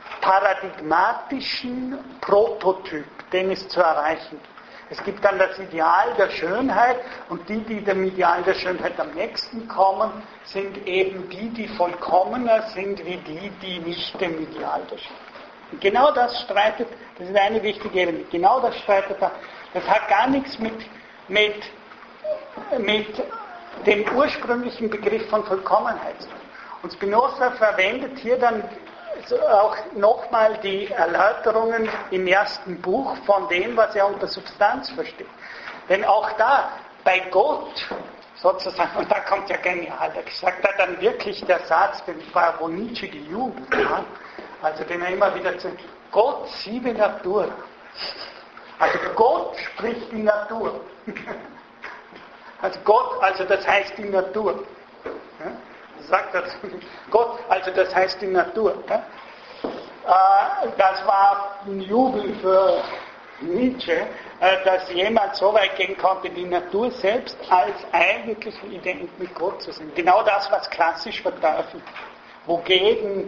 [SPEAKER 1] paradigmatischen Prototyp, den es zu erreichen gibt. Es gibt dann das Ideal der Schönheit und die dem Ideal der Schönheit am nächsten kommen, sind eben die vollkommener sind wie die nicht dem Ideal der Schönheit. Und genau das streitet, das ist eine wichtige Ebene, genau das streitet er. Das hat gar nichts mit dem ursprünglichen Begriff von Vollkommenheit zu tun. Und Spinoza verwendet hier dann auch nochmal die Erläuterungen im ersten Buch von dem, was er unter Substanz versteht. Denn auch da, bei Gott, sozusagen, und da kommt ja genial, da sagt er dann wirklich der Satz, wo Nietzsche gejubelt hat, also den er immer wieder zu Gott siebe Natur. Also Gott spricht die Natur. Also Gott, also das heißt die Natur. Ja? Sagt das Gott, also das heißt die Natur. Ja? Das war ein Jubel für Nietzsche, dass jemand so weit gehen konnte, die Natur selbst als eigentliche Ident mit Gott zu sehen. Genau das, was klassisch verteufelt, wogegen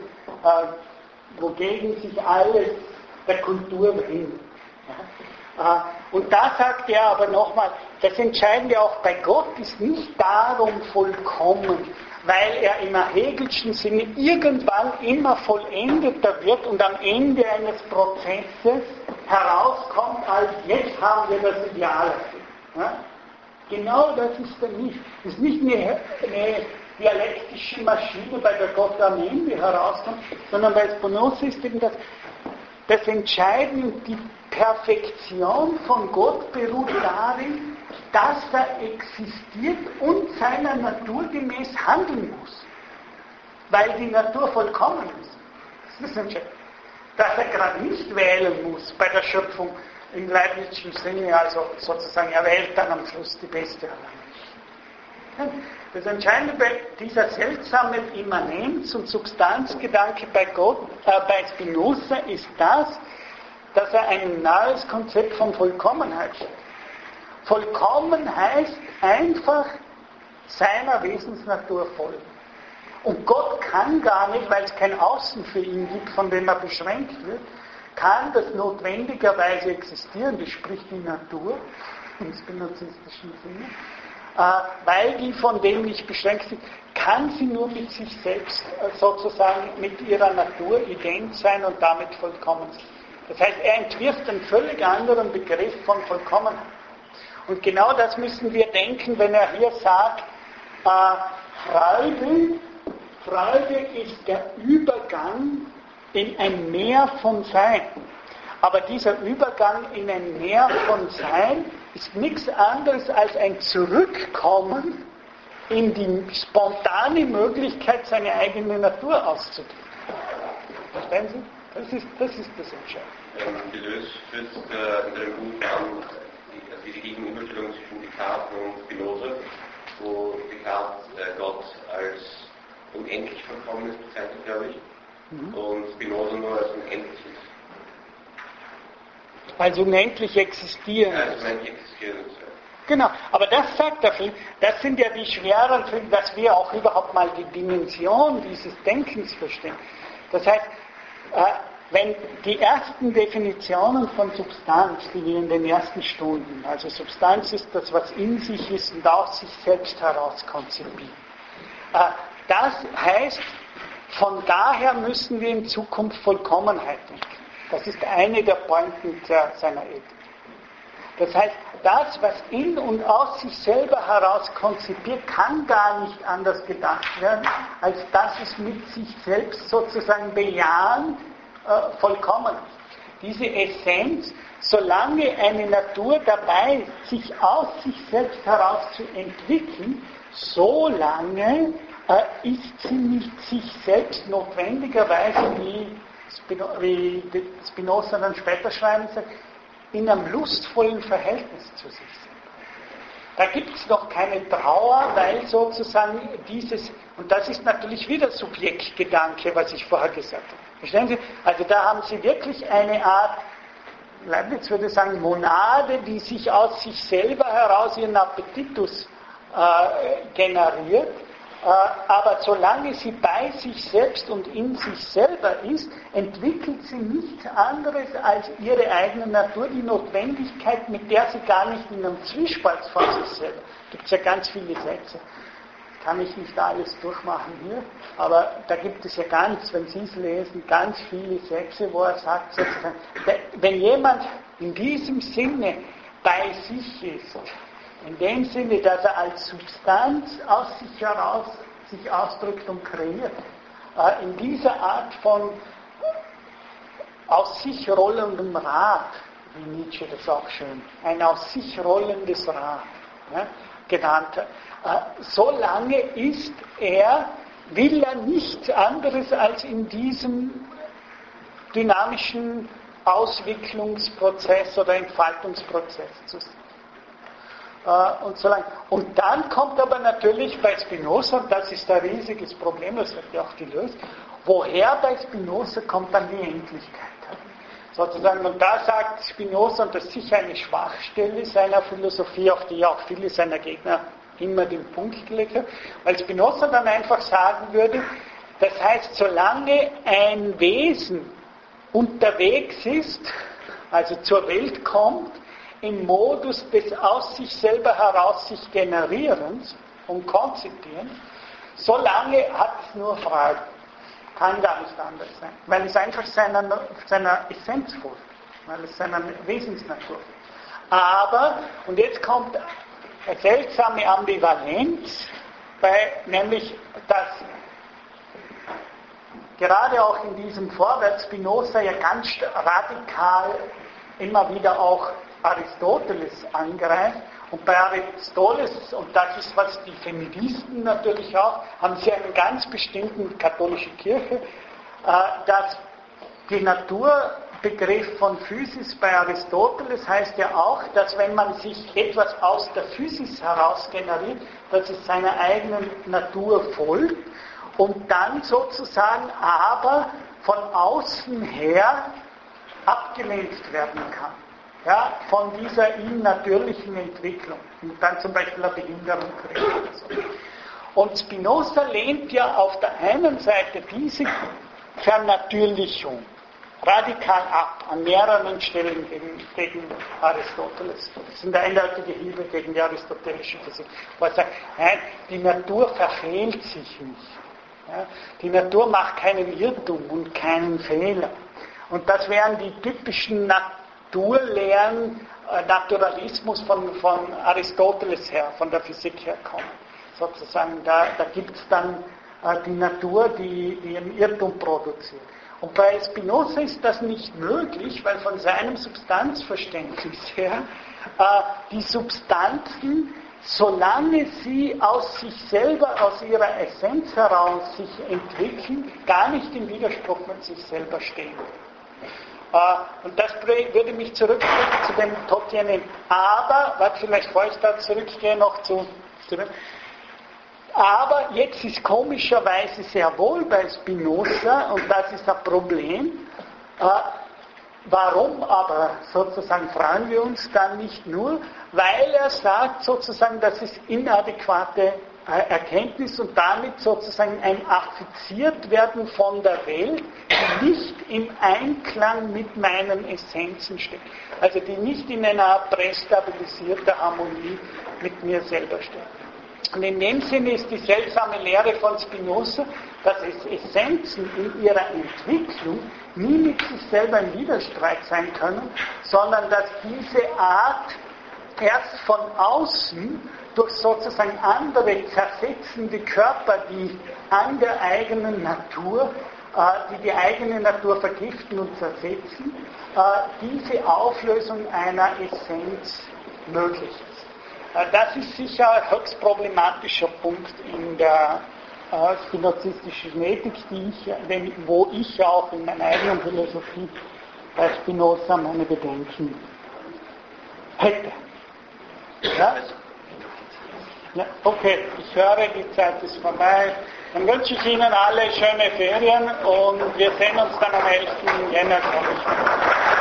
[SPEAKER 1] sich alles der Kultur bringt. Ja? Und da sagt er aber nochmal, das Entscheidende auch bei Gott ist nicht darum vollkommen, weil er im Hegelschen Sinne irgendwann immer vollendeter wird und am Ende eines Prozesses herauskommt, als jetzt haben wir das Ideal erfüllt. Ja? Genau das ist er nicht. Es ist nicht eine dialektische Maschine, bei der Gott am Ende herauskommt, sondern bei Spinoza ist eben das Entscheidende, die Perfektion von Gott beruht darin, dass er existiert und seiner Natur gemäß handeln muss. Weil die Natur vollkommen ist. Das ist entscheidend. Dass er gerade nicht wählen muss bei der Schöpfung im Leibnizischen Sinne, also sozusagen, er wählt dann am Schluss die beste aller Menschen. Das Entscheidende bei dieser seltsamen Immanenz- und Substanzgedanke bei Spinoza ist das, dass er ein neues Konzept von Vollkommenheit stellt. Vollkommen heißt einfach seiner Wesensnatur folgen. Und Gott kann gar nicht, weil es kein Außen für ihn gibt, von dem er beschränkt wird, kann das notwendigerweise existierende, sprich die Natur, im spinozistischen Sinne, weil die von dem nicht beschränkt sind, kann sie nur mit sich selbst sozusagen mit ihrer Natur ident sein und damit vollkommen sein. Das heißt, er entwirft einen völlig anderen Begriff von Vollkommenheit. Und genau das müssen wir denken, wenn er hier sagt, Freude ist der Übergang in ein Meer von Sein. Aber dieser Übergang in ein Meer von Sein ist nichts anderes als ein Zurückkommen in die spontane Möglichkeit, seine eigene Natur auszudrücken. Verstehen Sie? Das ist das Entscheidende.
[SPEAKER 4] Deleuze stößt in seinem Buch an,
[SPEAKER 5] diese Gegenüberstellung zwischen Descartes und Spinoza, wo Descartes Gott als unendlich Vollkommenes bezeichnet, glaube ich, und Spinoza nur als Unendliches.
[SPEAKER 1] Als unendlich existieren.
[SPEAKER 5] Als unendlich existierendes.
[SPEAKER 1] Genau, aber das sagt er, das sind ja die schweren, dass wir auch überhaupt mal die Dimension dieses Denkens verstehen. Das heißt, wenn die ersten Definitionen von Substanz, die wir in den ersten Stunden, also Substanz ist das, was in sich ist und aus sich selbst heraus konzipiert. Das heißt, von daher müssen wir in Zukunft Vollkommenheit denken. Das ist eine der Pointen seiner Ethik. Das heißt, das, was in und aus sich selber heraus konzipiert, kann gar nicht anders gedacht werden, als dass es mit sich selbst sozusagen bejahend vollkommen ist. Diese Essenz, solange eine Natur dabei ist, sich aus sich selbst heraus zu entwickeln, solange ist sie mit sich selbst notwendigerweise, wie Spinoza dann später schreiben sagt, in einem lustvollen Verhältnis zu sich selbst. Da gibt es noch keine Trauer, weil sozusagen dieses, und das ist natürlich wieder Subjektgedanke, was ich vorher gesagt habe. Verstehen Sie? Also da haben Sie wirklich eine Art, Leibniz würde sagen, Monade, die sich aus sich selber heraus ihren Appetitus generiert, aber solange sie bei sich selbst und in sich selber ist, entwickelt sie nichts anderes als ihre eigene Natur, die Notwendigkeit, mit der sie gar nicht in einem Zwiespalt von sich selber. Gibt es ja ganz viele Sätze. Kann ich nicht alles durchmachen hier, aber da gibt es ja wenn Sie es lesen, ganz viele Sätze, wo er sagt, sozusagen, wenn jemand in diesem Sinne bei sich ist, in dem Sinne, dass er als Substanz aus sich heraus sich ausdrückt und kreiert, in dieser Art von aus sich rollendem Rad, wie Nietzsche das auch schön, ein aus sich rollendes Rad genannt hat, solange will er nichts anderes als in diesem dynamischen Auswicklungsprozess oder Entfaltungsprozess zu sein. Und dann kommt aber natürlich bei Spinoza, und das ist ein riesiges Problem, das wird ja auch gelöst, woher bei Spinoza kommt dann die Endlichkeit? Sozusagen, und da sagt Spinoza, und das ist sicher eine Schwachstelle seiner Philosophie, auf die auch viele seiner Gegner immer den Punkt gelegt haben, weil Spinoza dann einfach sagen würde, das heißt, solange ein Wesen unterwegs ist, also zur Welt kommt, im Modus des aus sich selber heraus sich Generierens und Konzipierens, solange hat es nur Freude. Kann gar nicht anders sein. Weil es einfach seiner Essenz folgt. Weil es seiner Wesensnatur folgt. Aber, und jetzt kommt eine seltsame Ambivalenz, nämlich, dass gerade auch in diesem Vorwort Spinoza ja ganz radikal immer wieder auch Aristoteles angreift. Und bei Aristoteles, und das ist, was die Feministen natürlich auch, haben sie einen ganz bestimmten katholischen Kirche, dass die Naturbegriff von Physis bei Aristoteles heißt ja auch, dass wenn man sich etwas aus der Physis heraus generiert, dass es seiner eigenen Natur folgt und dann sozusagen aber von außen her abgelehnt werden kann. Ja, von dieser ihm natürlichen Entwicklung und dann zum Beispiel eine Behinderung kriegt oder so. Und Spinoza lehnt ja auf der einen Seite diese Vernatürlichung radikal ab, an mehreren Stellen gegen Aristoteles. Das sind eindeutige Hiebe gegen die aristotelische Physik, wo er sagt, nein, die Natur verfehlt sich nicht. Ja, die Natur macht keinen Irrtum und keinen Fehler. Und das wären die typischen Naturlehren, Naturalismus von Aristoteles her, von der Physik her kommen. Sozusagen, da gibt es dann die Natur, die einen Irrtum produziert. Und bei Spinoza ist das nicht möglich, weil von seinem Substanzverständnis her die Substanzen, solange sie aus sich selber, aus ihrer Essenz heraus sich entwickeln, gar nicht im Widerspruch mit sich selber stehen. Und das würde mich zurückbringen zu dem Tottienen. Aber, vielleicht bevor ich da zurückgehe, noch zu dem. Aber jetzt ist komischerweise sehr wohl bei Spinoza, und das ist ein Problem, warum aber sozusagen freuen wir uns dann nicht nur, weil er sagt sozusagen, das ist inadäquate Erkenntnis und damit sozusagen ein Affiziertwerden von der Welt, die nicht im Einklang mit meinen Essenzen steht. Also die nicht in einer prästabilisierten Harmonie mit mir selber steht. Und in dem Sinne ist die seltsame Lehre von Spinoza, dass es Essenzen in ihrer Entwicklung nie mit sich selber im Widerstreit sein können, sondern dass diese Art erst von außen durch sozusagen andere zersetzende Körper, die an der eigenen Natur, die eigene Natur vergiften und zersetzen, diese Auflösung einer Essenz möglich ist. Das ist sicher ein höchst problematischer Punkt in der spinozistischen Ethik, wo ich auch in meiner eigenen Philosophie bei Spinoza meine Bedenken hätte. Ja? Ja, okay, ich höre, die Zeit ist vorbei. Dann wünsche ich Ihnen alle schöne Ferien und wir sehen uns dann am 11. Jänner.